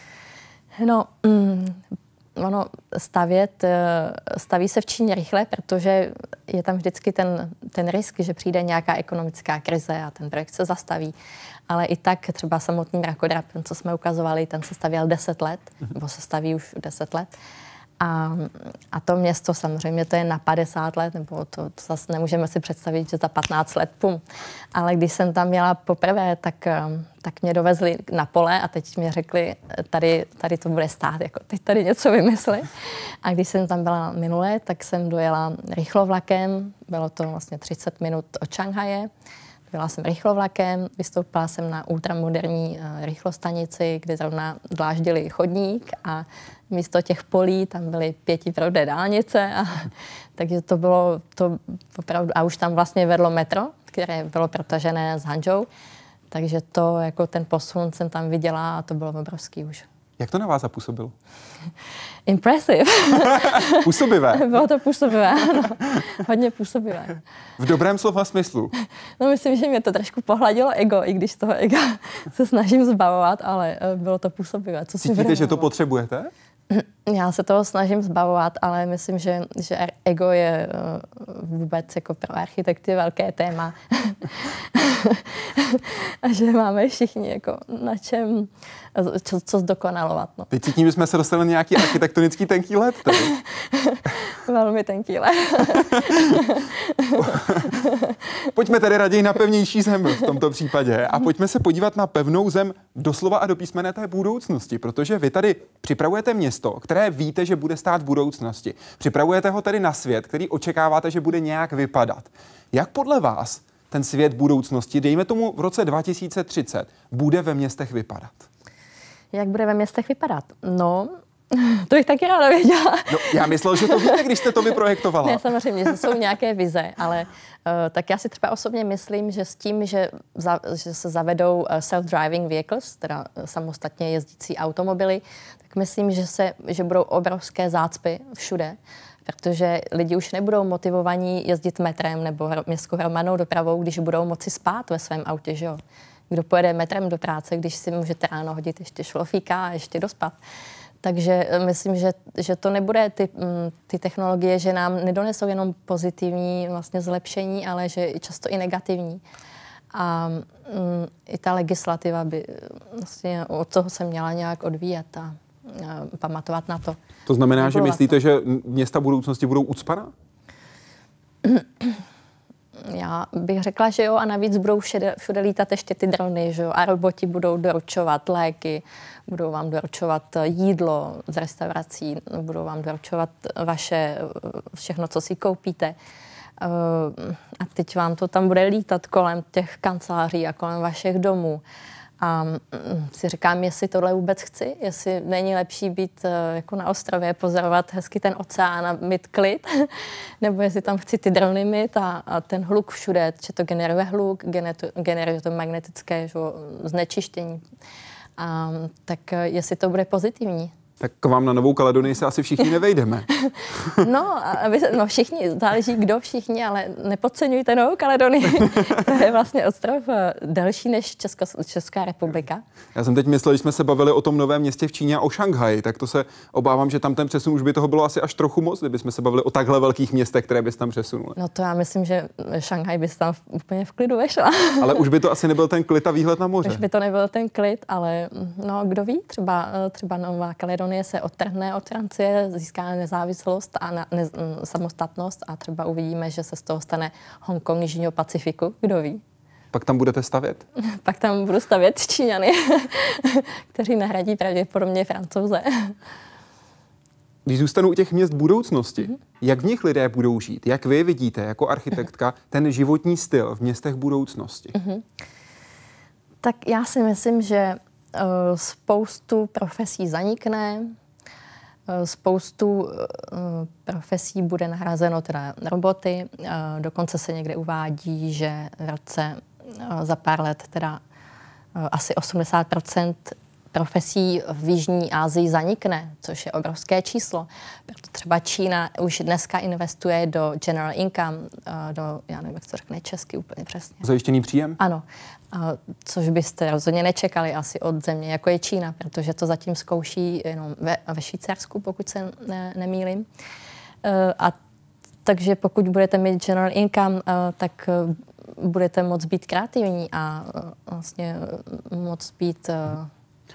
No, mm, ono stavět, staví se v Číně rychle, protože je tam vždycky ten, ten risk, že přijde nějaká ekonomická krize a ten projekt se zastaví. Ale i tak třeba samotný mrakodrap, ten, co jsme ukazovali, ten se stavěl deset let, nebo se staví už deset let. A, a to město samozřejmě to je na padesát let, nebo to, to zase nemůžeme si představit, že za patnáct let pum. Ale když jsem tam jela poprvé, tak, tak mě dovezli na pole a teď mě řekli, tady, tady to bude stát, jako teď tady něco vymysli. A když jsem tam byla minule, tak jsem dojela rychlovlakem, bylo to vlastně třicet minut od Šanghaje. Byla jsem rychlovlakem, vystoupila jsem na ultramoderní uh, rychlostanici, kde zrovna dláždili chodník a místo těch polí tam byly pětiproudé dálnice. A, takže to bylo to opravdu, a už tam vlastně vedlo metro, které bylo protažené s Hangzhou. Takže to, jako ten posun jsem tam viděla a to bylo obrovský už. Jak to na vás zapůsobilo? Impressive. Působivé. Bylo to působivé, ano. Hodně působivé. V dobrém slova smyslu. No myslím, že mě to trošku pohladilo ego, i když toho ega se snažím zbavovat, ale bylo to působivé. Co Cítíte, že to potřebujete? Já se toho snažím zbavovat, ale myslím, že, že ego je vůbec jako pro architekty velké téma. A že máme všichni jako na čem, co, co zdokonalovat. No. Teď cítím, že jsme se dostali na nějaký architektonický tenký led. Velmi tenký led. Pojďme tedy raději na pevnější zem v tomto případě a pojďme se podívat na pevnou zem doslova a do písmene té budoucnosti, protože vy tady připravujete město, které víte, že bude stát v budoucnosti. Připravujete ho tedy na svět, který očekáváte, že bude nějak vypadat. Jak podle vás ten svět budoucnosti, dejme tomu v roce dva tisíce třicet, bude ve městech vypadat? Jak bude ve městech vypadat? No, to bych taky ráda věděla. No, já myslel, že to víte, když jste to vyprojektovala. Ne, samozřejmě, že jsou nějaké vize, ale uh, tak já si třeba osobně myslím, že s tím, že, za, že se zavedou uh, self-driving vehicles, teda uh, samostatně jezdící automobily, tak myslím, že, se, že budou obrovské zácpy všude, protože lidi už nebudou motivovaní jezdit metrem nebo městskou hromadnou dopravou, když budou moci spát ve svém autě, že jo? Kdo pojede metrem do práce, když si můžete ráno hodit ještě šlofíka a ještě dospat. Takže myslím, že, že to nebude ty, ty technologie, že nám nedonesou jenom pozitivní vlastně zlepšení, ale že často i negativní. A um, i ta legislativa by vlastně od toho se měla nějak odvíjet a, a pamatovat na to. To znamená, že myslíte, že města budoucnosti budou ucpaná? Já bych řekla, že jo, a navíc budou všude, všude lítat ještě ty drony, že jo, a roboti budou doručovat léky, budou vám doručovat jídlo z restaurací, budou vám doručovat vaše, všechno, co si koupíte. A teď vám to tam bude lítat kolem těch kanceláří a kolem vašich domů. A si říkám, jestli tohle vůbec chci, jestli není lepší být jako na ostrově, pozorovat hezky ten oceán a mít klid, nebo jestli tam chci ty drony mít a, a ten hluk všude, že to generuje hluk, generuje to magnetické že, znečištění. A, tak jestli to bude pozitivní. Tak k vám na Novou Kaledonii se asi všichni nevejdeme. No, aby, no všichni, záleží kdo všichni, ale nepodceňujte Novou Kaledonii. To je vlastně ostrov delší než Česko, Česká republika. Já jsem teď myslel, že jsme se bavili o tom novém městě v Číně a o Šanghaji, tak to se obávám, že tam ten přesun už by toho bylo asi až trochu moc, kdybychom se bavili o takhle velkých městech, které bys tam přesunuli. No to já myslím, že Šanghaj by tam úplně v klidu vešla. Ale už by to asi nebyl ten klid a výhled na moře. Už by to nebyl ten klid, ale no kdo ví, třeba, třeba Nová Kaledonie se odtrhne od Francie, získá nezávislost a na, ne, samostatnost a třeba uvidíme, že se z toho stane Hongkong Jižního Pacifiku. Kdo ví? Pak tam budete stavět? Pak tam budu stavět Číňany, kteří nahradí pravděpodobně Francouze. Když zůstanu u těch měst budoucnosti, mm-hmm. jak v nich lidé budou žít? Jak vy vidíte jako architektka ten životní styl v městech budoucnosti? Mm-hmm. Tak já si myslím, že uh, spoustu profesí zanikne, uh, spoustu uh, profesí bude nahrazeno teda roboty. Uh, dokonce se někde uvádí, že v roce uh, za pár let teda uh, asi osmdesát procent profesí v Jižní Asii zanikne, což je obrovské číslo. Proto třeba Čína už dneska investuje do general income, do, já nevím, jak to řekne česky úplně přesně. Zajištěný příjem? Ano, což byste rozhodně nečekali asi od země, jako je Čína, protože to zatím zkouší jenom ve, ve Švýcarsku, pokud se ne, nemýlím. A takže pokud budete mít general income, tak budete moct být kreativní a vlastně moct být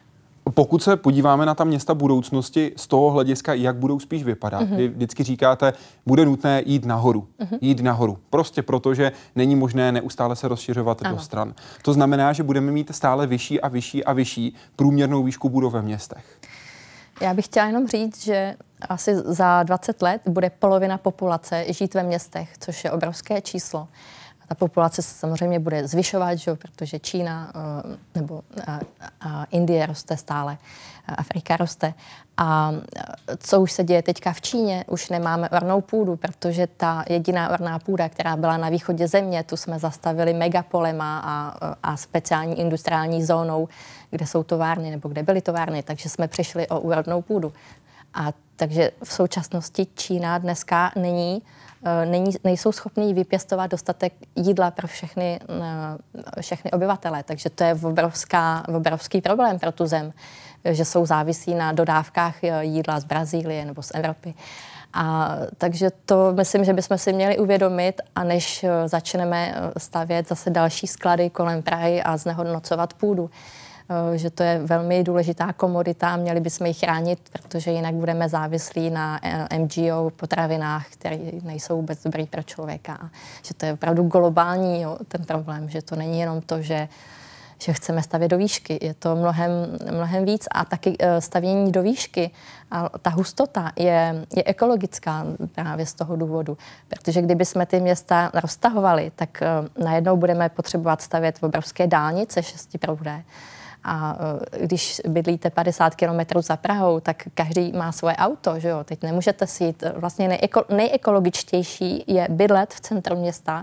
Pokud se podíváme na ta města budoucnosti z toho hlediska, jak budou spíš vypadat, mm-hmm. vy vždycky říkáte, bude nutné jít nahoru. Mm-hmm. Jít nahoru. Prostě proto, že není možné neustále se rozšiřovat ano. do stran. To znamená, že budeme mít stále vyšší a vyšší a vyšší průměrnou výšku budov ve městech. Já bych chtěla jenom říct, že asi za dvacet let bude polovina populace žít ve městech, což je obrovské číslo. Ta populace se samozřejmě bude zvyšovat, že? Protože Čína nebo a, a Indie roste stále, Afrika roste. A co už se děje teďka v Číně, už nemáme ornou půdu, protože ta jediná orná půda, která byla na východě země, tu jsme zastavili megapolema a, a speciální industriální zónou, kde jsou továrny nebo kde byly továrny, takže jsme přišli o úrodnou půdu. A takže v současnosti Čína dneska není Není, nejsou schopní vypěstovat dostatek jídla pro všechny, všechny obyvatele. Takže to je obrovská, obrovský problém pro tu zem, že jsou závislí na dodávkách jídla z Brazílie nebo z Evropy. A takže to myslím, že bychom si měli uvědomit, a než začneme stavět zase další sklady kolem Prahy a znehodnocovat půdu, že to je velmi důležitá komodita a měli bychom ji chránit, protože jinak budeme závislí na M G O potravinách, které nejsou vůbec dobrý pro člověka. A že to je opravdu globální, jo, ten problém, že to není jenom to, že, že chceme stavět do výšky. Je to mnohem, mnohem víc a taky stavění do výšky a ta hustota je, je ekologická právě z toho důvodu. Protože kdyby jsme ty města roztahovali, tak najednou budeme potřebovat stavět obrovské dálnice šestiproudé. A když bydlíte padesát kilometrů za Prahou, tak každý má svoje auto, že jo? Teď nemůžete si jít. Vlastně nejeko, nejekologičtější je bydlet v centru města,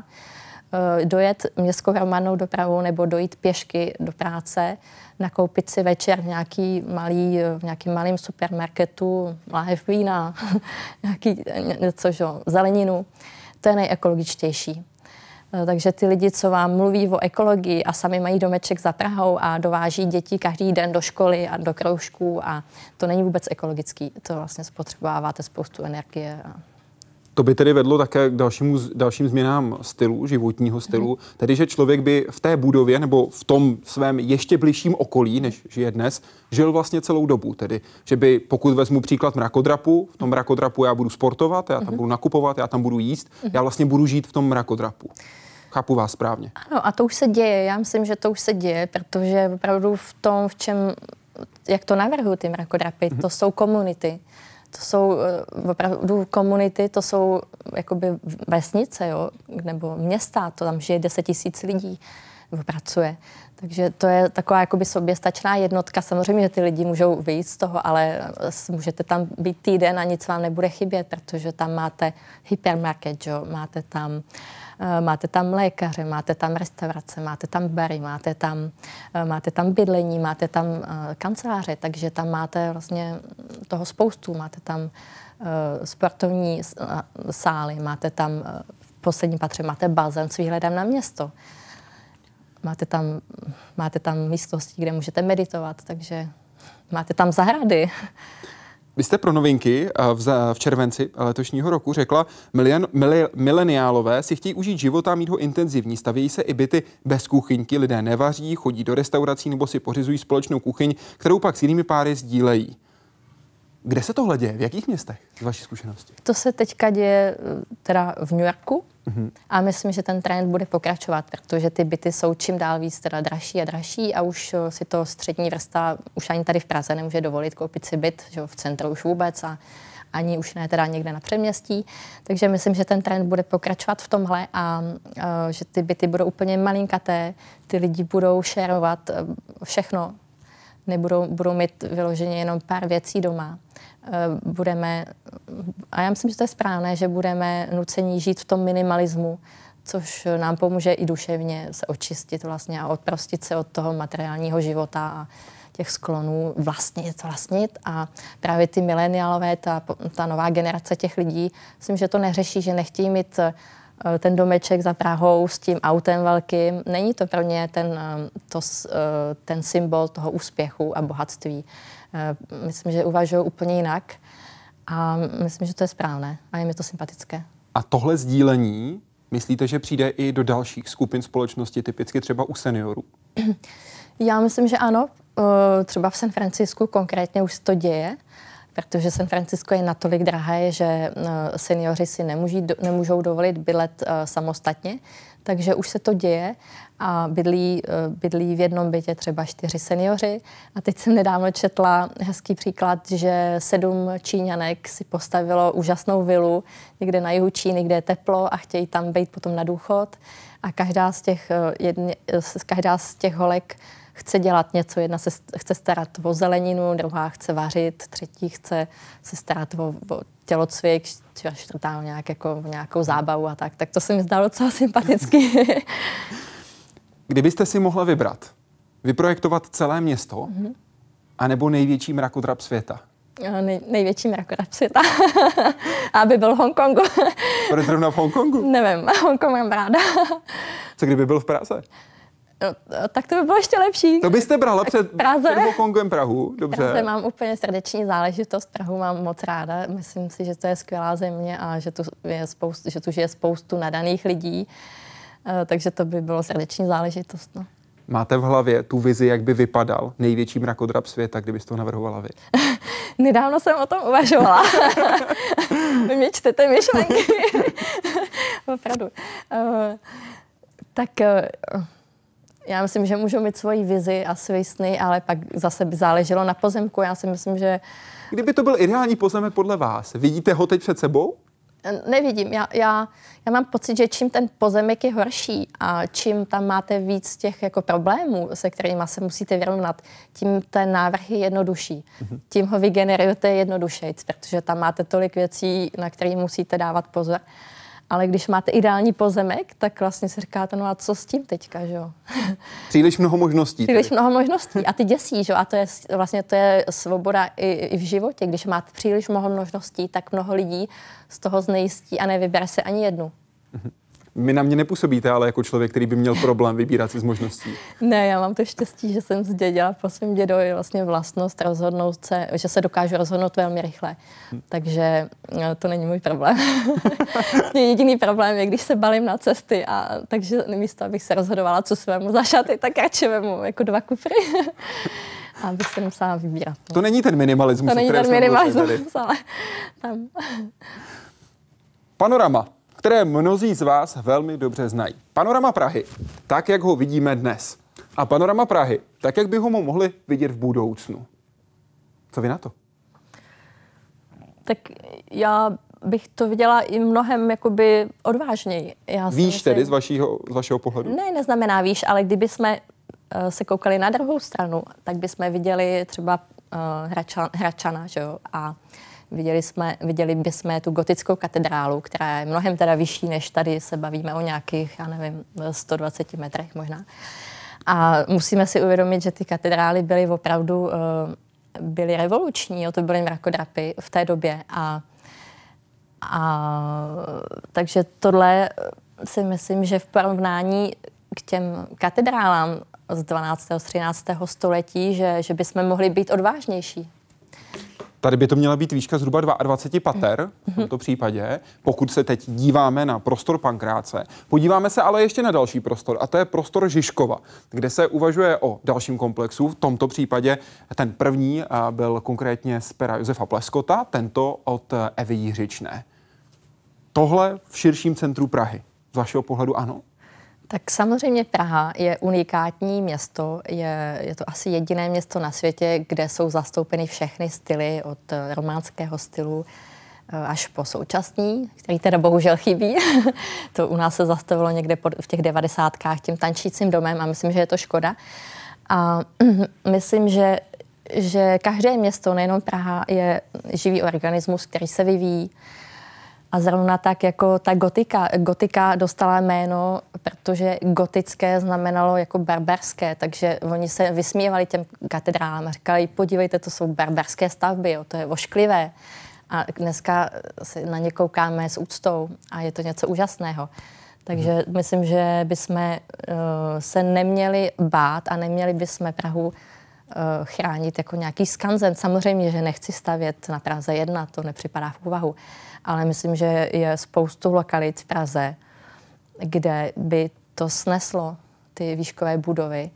dojet městskou hromadnou dopravu nebo dojít pěšky do práce, nakoupit si večer v nějaký malý, v nějakým malým supermarketu láhev vína, nějaký něco, že jo, zeleninu. To je nejekologičtější. Takže ty lidi, co vám mluví o ekologii a sami mají domeček za Prahou a dováží děti každý den do školy a do kroužků a to není vůbec ekologický. To vlastně spotřebováváte spoustu energie. To by tedy vedlo také k dalšímu, dalším změnám stylu, životního stylu, hmm. tedy že člověk by v té budově nebo v tom svém ještě bližším okolí, než žije dnes, žil vlastně celou dobu. Tedy, že by, pokud vezmu příklad mrakodrapu, v tom mrakodrapu já budu sportovat, já tam hmm. budu nakupovat, já tam budu jíst, hmm. já vlastně budu žít v tom mrakodrapu. Chápu vás správně. Ano, a to už se děje. Já myslím, že to už se děje, protože opravdu v tom, v čem, jak to navrhují ty mrakodrapy, hmm. to jsou komunity. To jsou opravdu komunity, to jsou jakoby vesnice, jo, nebo města, to tam žije deset tisíc lidí, pracuje. Takže to je taková jakoby soběstačná jednotka. Samozřejmě, že ty lidi můžou vyjít z toho, ale můžete tam být týden a nic vám nebude chybět, protože tam máte hypermarket, jo, máte tam Máte tam lékaře, máte tam restaurace, máte tam bary, máte tam, máte tam bydlení, máte tam kanceláře, takže tam máte vlastně toho spoustu. Máte tam sportovní sály, máte tam v posledním patře máte bazén s výhledem na město. Máte tam, máte tam místnosti, kde můžete meditovat, takže máte tam zahrady. Vy jste pro Novinky v, v červenci letošního roku řekla, milion, mili, mileniálové si chtějí užít života a mít ho intenzivní. Stavějí se i byty bez kuchyňky, lidé nevaří, chodí do restaurací nebo si pořizují společnou kuchyň, kterou pak s jinými páry sdílejí. Kde se tohle děje? V jakých městech z vaší zkušenosti? To se teďka děje teda v New Yorku mm-hmm. a myslím, že ten trend bude pokračovat, protože ty byty jsou čím dál víc teda dražší a dražší a už si to střední vrstva už ani tady v Praze nemůže dovolit koupit si byt, že v centru už vůbec a ani už ne teda někde na předměstí. Takže myslím, že ten trend bude pokračovat v tomhle a, a že ty byty budou úplně malinkaté, ty lidi budou šerovat všechno, nebudou budou mít vyloženě jenom pár věcí doma. Budeme, a já myslím, že to je správné, že budeme nuceni žít v tom minimalismu, což nám pomůže i duševně se očistit vlastně a odprostit se od toho materiálního života a těch sklonů vlastnit, vlastnit. A právě ty mileniálové, ta, ta nová generace těch lidí, myslím, že to neřeší, že nechtějí mít ten domeček za Prahou s tím autem velkým. Není to pro ně ten, to, ten symbol toho úspěchu a bohatství. Myslím, že uvažují úplně jinak a myslím, že to je správné a je mi to sympatické. A tohle sdílení, myslíte, že přijde i do dalších skupin společnosti, typicky třeba u seniorů? Já myslím, že ano, třeba v San Francisku konkrétně už to děje, protože San Francisco je natolik drahé, že seniori si nemůží, nemůžou dovolit bydlet samostatně, takže už se to děje a bydlí, bydlí v jednom bytě třeba čtyři seniori. A teď jsem nedávno četla hezký příklad, že sedm Číňanek si postavilo úžasnou vilu někde na jihu Číny, kde je teplo a chtějí tam být potom na důchod. A každá z těch, jedně, každá z těch holek chce dělat něco. Jedna se chce starat o zeleninu, druhá chce vařit, třetí chce se starat o, o tělocvik, čtvrtá nějak jako, nějakou zábavu a tak. Tak to se mi zdalo docela sympaticky. Kdybyste si mohla vybrat, vyprojektovat celé město, mm-hmm. anebo největší mrakodrap světa? Nej, největší mrakodrap světa. Aby byl v Hongkongu. Proč zrovna v Hongkongu? Nevím, Hongkong mám ráda. Co kdyby byl v Praze? No, tak to by bylo ještě lepší. To byste brala před, Praze, před Hongkongem Prahu, dobře. Praze mám úplně srdeční záležitost, Prahu mám moc ráda. Myslím si, že to je skvělá země a že tu, je spoustu, že tu žije spoustu nadaných lidí. Takže to by bylo srdeční záležitost. No. Máte v hlavě tu vizi, jak by vypadal největší mrakodrap světa, kdybyste to navrhovala vy? Nedávno jsem o tom uvažovala. Vy mě čtete myšlenky. Opravdu. Uh, tak... Uh, Já myslím, že můžou mít svoji vizi a své sny, ale pak zase by záleželo na pozemku. Já si myslím, že... Kdyby to byl ideální pozemek podle vás, vidíte ho teď před sebou? Nevidím. Já, já, já mám pocit, že čím ten pozemek je horší a čím tam máte víc těch jako problémů, se kterými se musíte vyrovnat, tím ten návrh je jednodušší. Mm-hmm. Tím ho vygenerujete jednodušejc, protože tam máte tolik věcí, na které musíte dávat pozor. Ale když máte ideální pozemek, tak vlastně si říkáte, no a co s tím teďka, že jo? Příliš mnoho možností. Příliš mnoho možností a ty děsí, že jo? A to je vlastně to je svoboda i, i v životě. Když máte příliš mnoho možností, tak mnoho lidí z toho znejistí a nevybere se ani jednu. Vy na mě nepůsobíte, ale jako člověk, který by měl problém vybírat si z možností. Ne, já mám to štěstí, že jsem zdědila po svém dědovi vlastně vlastnost rozhodnout se, že se dokážu rozhodnout velmi rychle. Hm. Takže to není můj problém. Jediný problém je, když se balím na cesty, a takže místo, abych se rozhodovala, co si vemu za šaty, tak radši vemu jako dva kufry. Aby se musela vybírat. To není ten minimalismus, to není ten minimalismus, ale tam. Panorama, které mnozí z vás velmi dobře znají. Panorama Prahy, tak, jak ho vidíme dnes. A panorama Prahy, tak, jak by ho mohli vidět v budoucnu. Co vy na to? Tak já bych to viděla i mnohem jakoby odvážněji. Já Výš myslím, tedy z vašeho, z vašeho pohledu? Ne, neznamená výš, ale kdyby jsme uh, se koukali na druhou stranu, tak bychom viděli třeba uh, Hračan, Hračana, že jo, a Viděli, jsme, viděli bychom tu gotickou katedrálu, která je mnohem teda vyšší, než tady se bavíme o nějakých, já nevím, sto dvacet metrech možná. A musíme si uvědomit, že ty katedrály byly opravdu byly revoluční, jo, to byly mrakodrapy v té době. A, a takže tohle si myslím, že v porovnání k těm katedrálám z dvanáctého z třináctého století, že, že bychom mohli být odvážnější. Tady by to měla být výška zhruba dvacet dva pater v tomto případě, pokud se teď díváme na prostor Pankráce. Podíváme se ale ještě na další prostor, a to je prostor Žižkova, kde se uvažuje o dalším komplexu. V tomto případě ten první byl konkrétně z pera Josefa Pleskota, tento od Evy Jiřičné. Tohle v širším centru Prahy. Z vašeho pohledu ano? Tak samozřejmě Praha je unikátní město, je, je to asi jediné město na světě, kde jsou zastoupeny všechny styly od románského stylu až po současný, který teda bohužel chybí. To u nás se zastavilo někde v těch devadesátkách tím tančícím domem a myslím, že je to škoda. A myslím, že, že každé město, nejenom Praha, je živý organismus, který se vyvíjí. A zrovna tak jako ta gotika. Gotika dostala jméno, protože gotické znamenalo jako barbarské, takže oni se vysmívali těm katedrálám a říkali, podívejte, to jsou barbarské stavby, jo, to je ošklivé. A dneska se na ně koukáme s úctou a je to něco úžasného. Takže hmm. myslím, že bychom uh, se neměli bát a neměli bychom Prahu uh, chránit jako nějaký skanzen. Samozřejmě, že nechci stavět na Praze jedna, to nepřipadá v úvahu. Ale myslím, že je spoustu lokalit v Praze, kde by to sneslo ty výškové budovy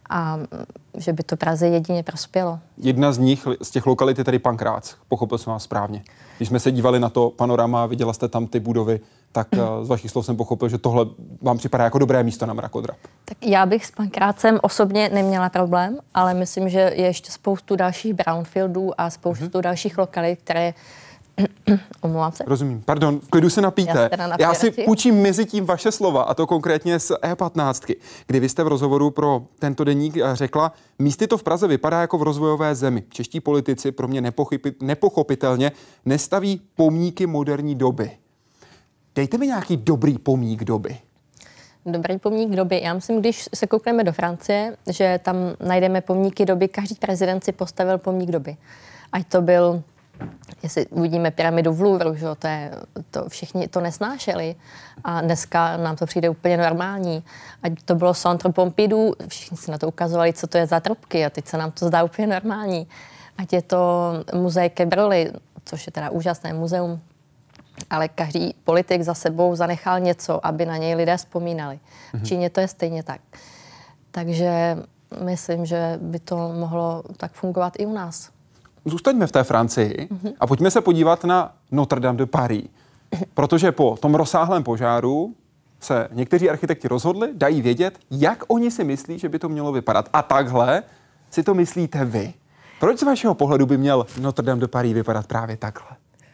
a že by to Praze jedině prospělo. Jedna z nich, z těch lokalit je tady Pankrác, pochopil jsem vás správně. Když jsme se dívali na to panorama, viděla jste tam ty budovy, tak z vašich slov jsem pochopil, že tohle vám připadá jako dobré místo na mrakodrap. Tak já bych s Pankrácem osobně neměla problém, ale myslím, že je ještě spoustu dalších brownfieldů a spoustu mm-hmm. dalších lokalit, které omlouvám se. Rozumím. Pardon, v klidu se napijte. Já, Já si půjčím mezi tím vaše slova, a to konkrétně z E patnáct, kdy vy jste v rozhovoru pro tento deník řekla, místy to v Praze vypadá jako v rozvojové zemi. Čeští politici pro mě nepochopitelně nestaví pomníky moderní doby. Dejte mi nějaký dobrý pomník doby. Dobrý pomník doby. Já myslím, když se koukneme do Francie, že tam najdeme pomníky doby, každý prezident si postavil pomník doby. Ať to byl, jestli uvidíme pyramidu v Louvru, že to, je, to všichni to nesnášeli a dneska nám to přijde úplně normální. Ať to bylo Centre Pompidou, všichni si na to ukazovali, co to je za trubky a teď se nám to zdá úplně normální. Ať je to muzej Broglie, což je teda úžasné muzeum, ale každý politik za sebou zanechal něco, aby na něj lidé vzpomínali. V Číně to je stejně tak. Takže myslím, že by to mohlo tak fungovat i u nás. Zůstaňme v té Francii a pojďme se podívat na Notre Dame de Paris. Protože po tom rozsáhlém požáru se někteří architekti rozhodli, dají vědět, jak oni si myslí, že by to mělo vypadat. A takhle si to myslíte vy. Proč z vašeho pohledu by měl Notre Dame de Paris vypadat právě takhle?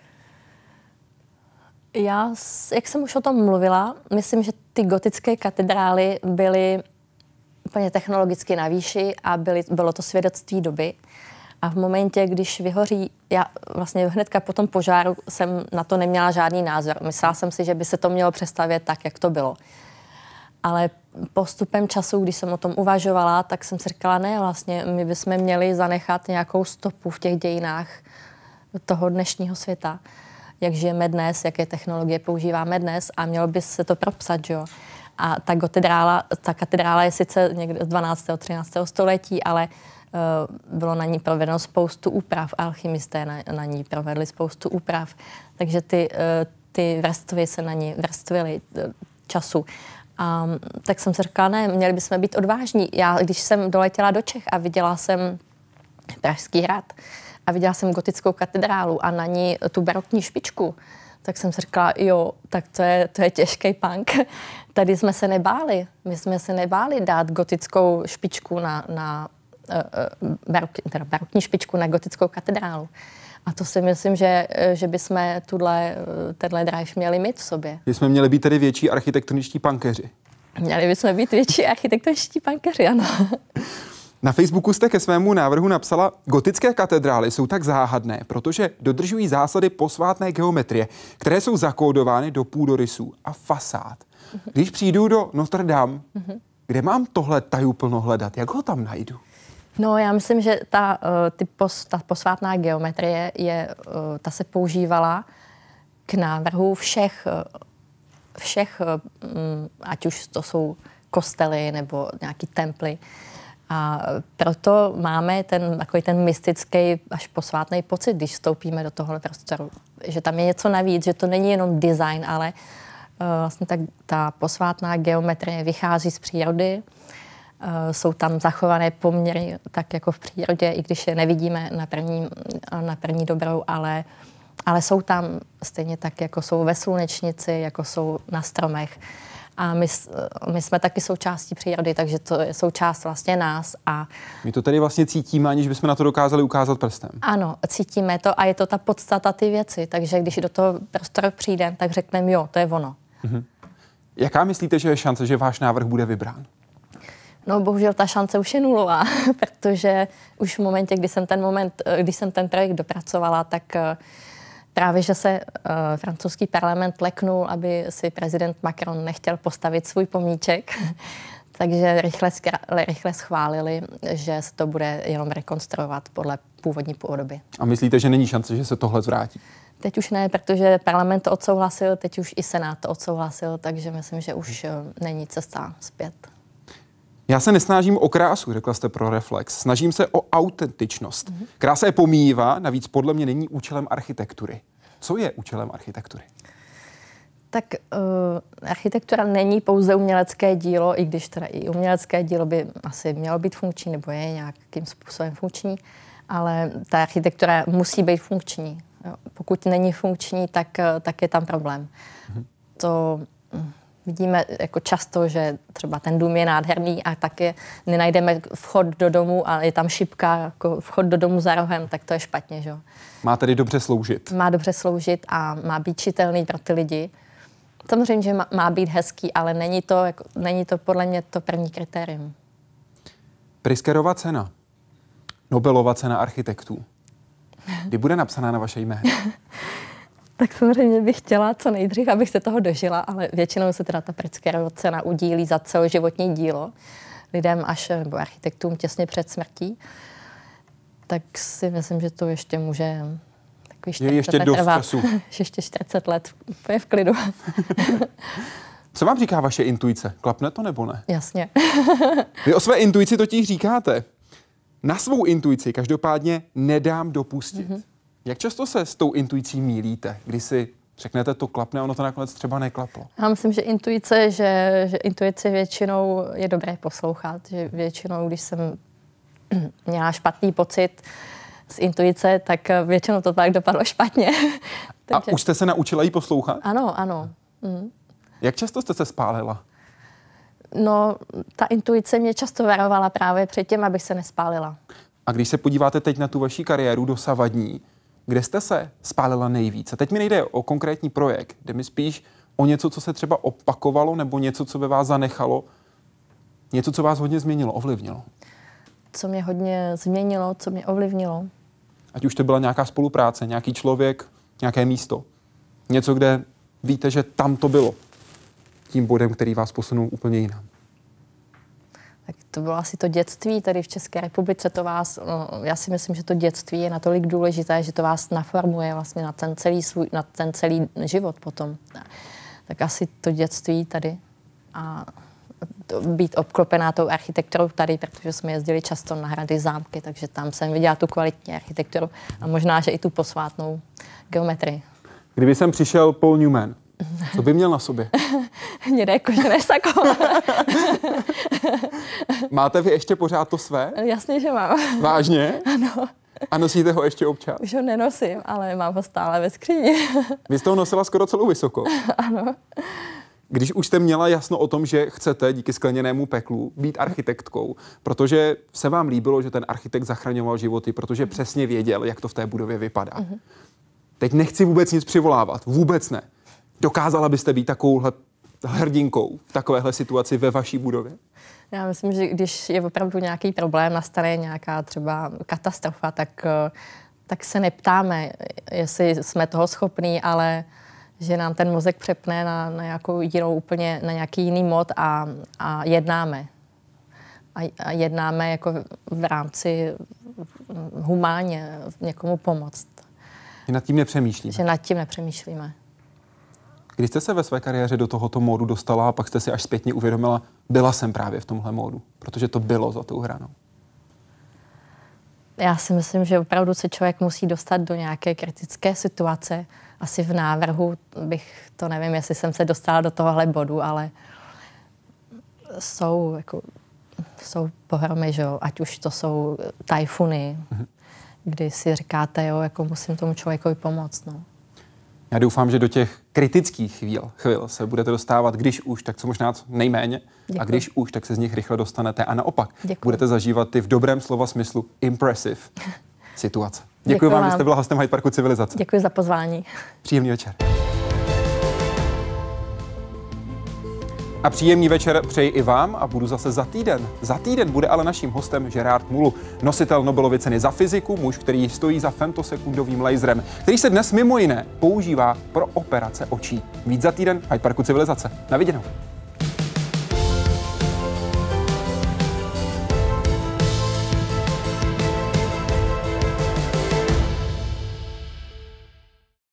Já, jak jsem už o tom mluvila, myslím, že ty gotické katedrály byly úplně technologicky na výši a byly, bylo to svědectví doby. A v momentě, když vyhoří, já vlastně hnedka po tom požáru jsem na to neměla žádný názor. Myslela jsem si, že by se to mělo přestavět tak, jak to bylo. Ale postupem času, když jsem o tom uvažovala, tak jsem si říkala, ne, vlastně my bychom měli zanechat nějakou stopu v těch dějinách toho dnešního světa. Jak žijeme dnes, jaké technologie používáme dnes a mělo by se to propsat, že jo. A ta katedrála, ta katedrála je sice někde z dvanáctého třináctého století, ale uh, bylo na ní provedeno spoustu úprav. Alchymisté na, na ní provedli spoustu úprav. Takže ty, uh, ty vrstvy se na ní vrstvily uh, času. A um, tak jsem si říkala, ne, měli bychom být odvážní. Já, když jsem doletěla do Čech a viděla jsem Pražský hrad, a viděla jsem gotickou katedrálu a na ní tu barokní špičku, tak jsem si říkala, jo, tak to je, to je těžký punk. Tady jsme se nebáli. My jsme se nebáli dát gotickou špičku na, na uh, barok, teda barokní špičku na gotickou katedrálu. A to si myslím, že, že bychom tuhle, tenhle drive měli mít v sobě. Že jsme měli být tedy větší architektoničtí punkeři. Měli bychom být větší architektoničtí punkeři, ano. Na Facebooku jste ke svému návrhu napsala, gotické katedrály jsou tak záhadné, protože dodržují zásady posvátné geometrie, které jsou zakódovány do půdorysů a fasád. Když přijdu do Notre Dame, kde mám tohle tajuplno hledat, jak ho tam najdu? No, já myslím, že ta, ty pos, ta posvátná geometrie je, ta se používala k návrhu všech, všech, ať už to jsou kostely nebo nějaký temply. A proto máme ten takový ten mystický až posvátný pocit, když vstoupíme do tohohle prostoru. Že tam je něco navíc, že to není jenom design, ale uh, vlastně ta, ta posvátná geometrie vychází z přírody. Uh, jsou tam zachované poměry tak jako v přírodě, i když je nevidíme na první, na první dobrou, ale, ale jsou tam stejně tak, jako jsou ve slunečnici, jako jsou na stromech. A my, my jsme taky součástí přírody, takže to je součást vlastně nás. A my to tady vlastně cítíme, aniž bychom na to dokázali ukázat prstem. Ano, cítíme to a je to ta podstata ty věci. Takže když do toho prostoru přijdeme, tak řekneme, jo, to je ono. Mhm. Jaká myslíte, že je šance, že váš návrh bude vybrán? No bohužel ta šance už je nulová, protože už v momentě, kdy jsem ten moment, když jsem ten projekt dopracovala, tak právě, že se uh, francouzský parlament leknul, aby si prezident Macron nechtěl postavit svůj pomníček, takže rychle, rychle schválili, že se to bude jenom rekonstruovat podle původní podoby. A myslíte, že není šance, že se tohle zvrátí? Teď už ne, protože parlament to odsouhlasil, teď už i senát to odsouhlasil, takže myslím, že už uh, není cesta zpět. Já se nesnažím o krásu, řekla jste pro Reflex. Snažím se o autentičnost. Mm-hmm. Krása je pomíjivá, navíc podle mě není účelem architektury. Co je účelem architektury? Tak uh, architektura není pouze umělecké dílo, i když teda i umělecké dílo by asi mělo být funkční, nebo je nějakým způsobem funkční, ale ta architektura musí být funkční. Jo. Pokud není funkční, tak, tak je tam problém. Mhm. To vidíme jako často, že třeba ten dům je nádherný a taky nenajdeme vchod do domu a je tam šipka, jako vchod do domu za rohem, tak to je špatně. Že? Má tedy dobře sloužit. Má dobře sloužit a má být čitelný pro ty lidi. Samozřejmě, že má, má být hezký, ale není to, jako, není to podle mě to první kritérium. Priskerova cena, Nobelova cena architektů. Kdy bude napsaná na vaše jméno? Tak samozřejmě bych chtěla co nejdřív, abych se toho dožila, ale většinou se teda ta Pritzkerova cena udílí za celoživotní dílo lidem až, nebo architektům těsně před smrtí. Tak si myslím, že to ještě může takový je ještě dost času. Ještě čtyřicet let, úplně v klidu. Co vám říká vaše intuice? Klapne to nebo ne? Jasně. Vy o své intuici totiž říkáte, na svou intuici každopádně nedám dopustit. Mm-hmm. Jak často se s tou intuicí mýlíte, když si řeknete, to klapne a ono to nakonec třeba neklaplo? Já myslím, že intuice, že, že intuici většinou je dobré poslouchat, že většinou, když jsem měla špatný pocit z intuice, tak většinou to tak dopadlo špatně. Takže... A už jste se naučila jí poslouchat? Ano, ano. Mm. Jak často jste se spálila? No, ta intuice mě často varovala právě před tím, abych se nespálila. A když se podíváte teď na tu vaši kariéru dosavadní, kde jste se spálila nejvíce? Teď mi nejde o konkrétní projekt, jde mi spíš o něco, co se třeba opakovalo, nebo něco, co ve vás zanechalo, něco, co vás hodně změnilo, ovlivnilo. Co mě hodně změnilo, co mě ovlivnilo? Ať už to byla nějaká spolupráce, nějaký člověk, nějaké místo. Něco, kde víte, že tam to bylo tím bodem, který vás posunul úplně jinam. Tak to bylo asi to dětství tady v České republice. To vás, no, já si myslím, že to dětství je natolik důležité, že to vás naformuje vlastně na ten celý, svůj, na ten celý život potom. Tak asi to dětství tady a to být obklopená tou architekturou tady, protože jsme jezdili často na hrady, zámky, takže tam jsem viděla tu kvalitní architekturu a možná, že i tu posvátnou geometrii. Kdyby sem přišel Paul Newman, co by měl na sobě? Hnědé kožené sako. Máte vy ještě pořád to své? Jasně, že mám. Vážně? Ano. A nosíte ho ještě občas? Už ho nenosím, ale mám ho stále ve skříni. Vy jste ho nosila skoro celou vysokou. Ano. Když už jste měla jasno o tom, že chcete díky skleněnému peklu být architektkou, protože se vám líbilo, že ten architekt zachraňoval životy, protože přesně věděl, jak to v té budově vypadá. Uh-huh. Teď nechci vůbec nic přivolávat, vůbec ne. Dokázala byste být takovouhle hrdinkou v takovéhle situaci ve vaší budově? Já myslím, že když je opravdu nějaký problém, nastane nějaká třeba katastrofa, tak, tak se neptáme, jestli jsme toho schopní, ale že nám ten mozek přepne na, na nějakou jinou úplně, na nějaký jiný mod a, a jednáme. A, a jednáme jako v rámci humánně někomu pomoct. Že nad tím nepřemýšlíme. Že nad tím nepřemýšlíme. Když jste se ve své kariéře do tohoto módu dostala a pak jste si až zpětně uvědomila, byla jsem právě v tomhle módu, protože to bylo za tou hranou? Já si myslím, že opravdu se člověk musí dostat do nějaké kritické situace. Asi v návrhu bych, to nevím, jestli jsem se dostala do tohohle bodu, ale jsou, jako, jsou pohromy, že jo? Ať už to jsou tajfuny, mm-hmm. kdy si říkáte, jo, jako musím tomu člověkovi pomoct, no. Já doufám, že do těch kritických chvíl, chvíl se budete dostávat, když už, tak co možná nejméně. Děkuji. A když už, tak se z nich rychle dostanete. A naopak, Děkuji. budete zažívat ty v dobrém slova smyslu impressive situace. Děkuji, Děkuji vám, vám, že jste byla hostem Hyde Parku Civilizace. Děkuji za pozvání. Příjemný večer. A příjemný večer přeji i vám a budu zase za týden. Za týden bude ale naším hostem Gerard Mulu, nositel Nobelovy ceny za fyziku, muž, který stojí za femtosekundovým laserem, který se dnes mimo jiné používá pro operace očí. Víc za týden, Hyde Parku Civilizace. Na viděnou.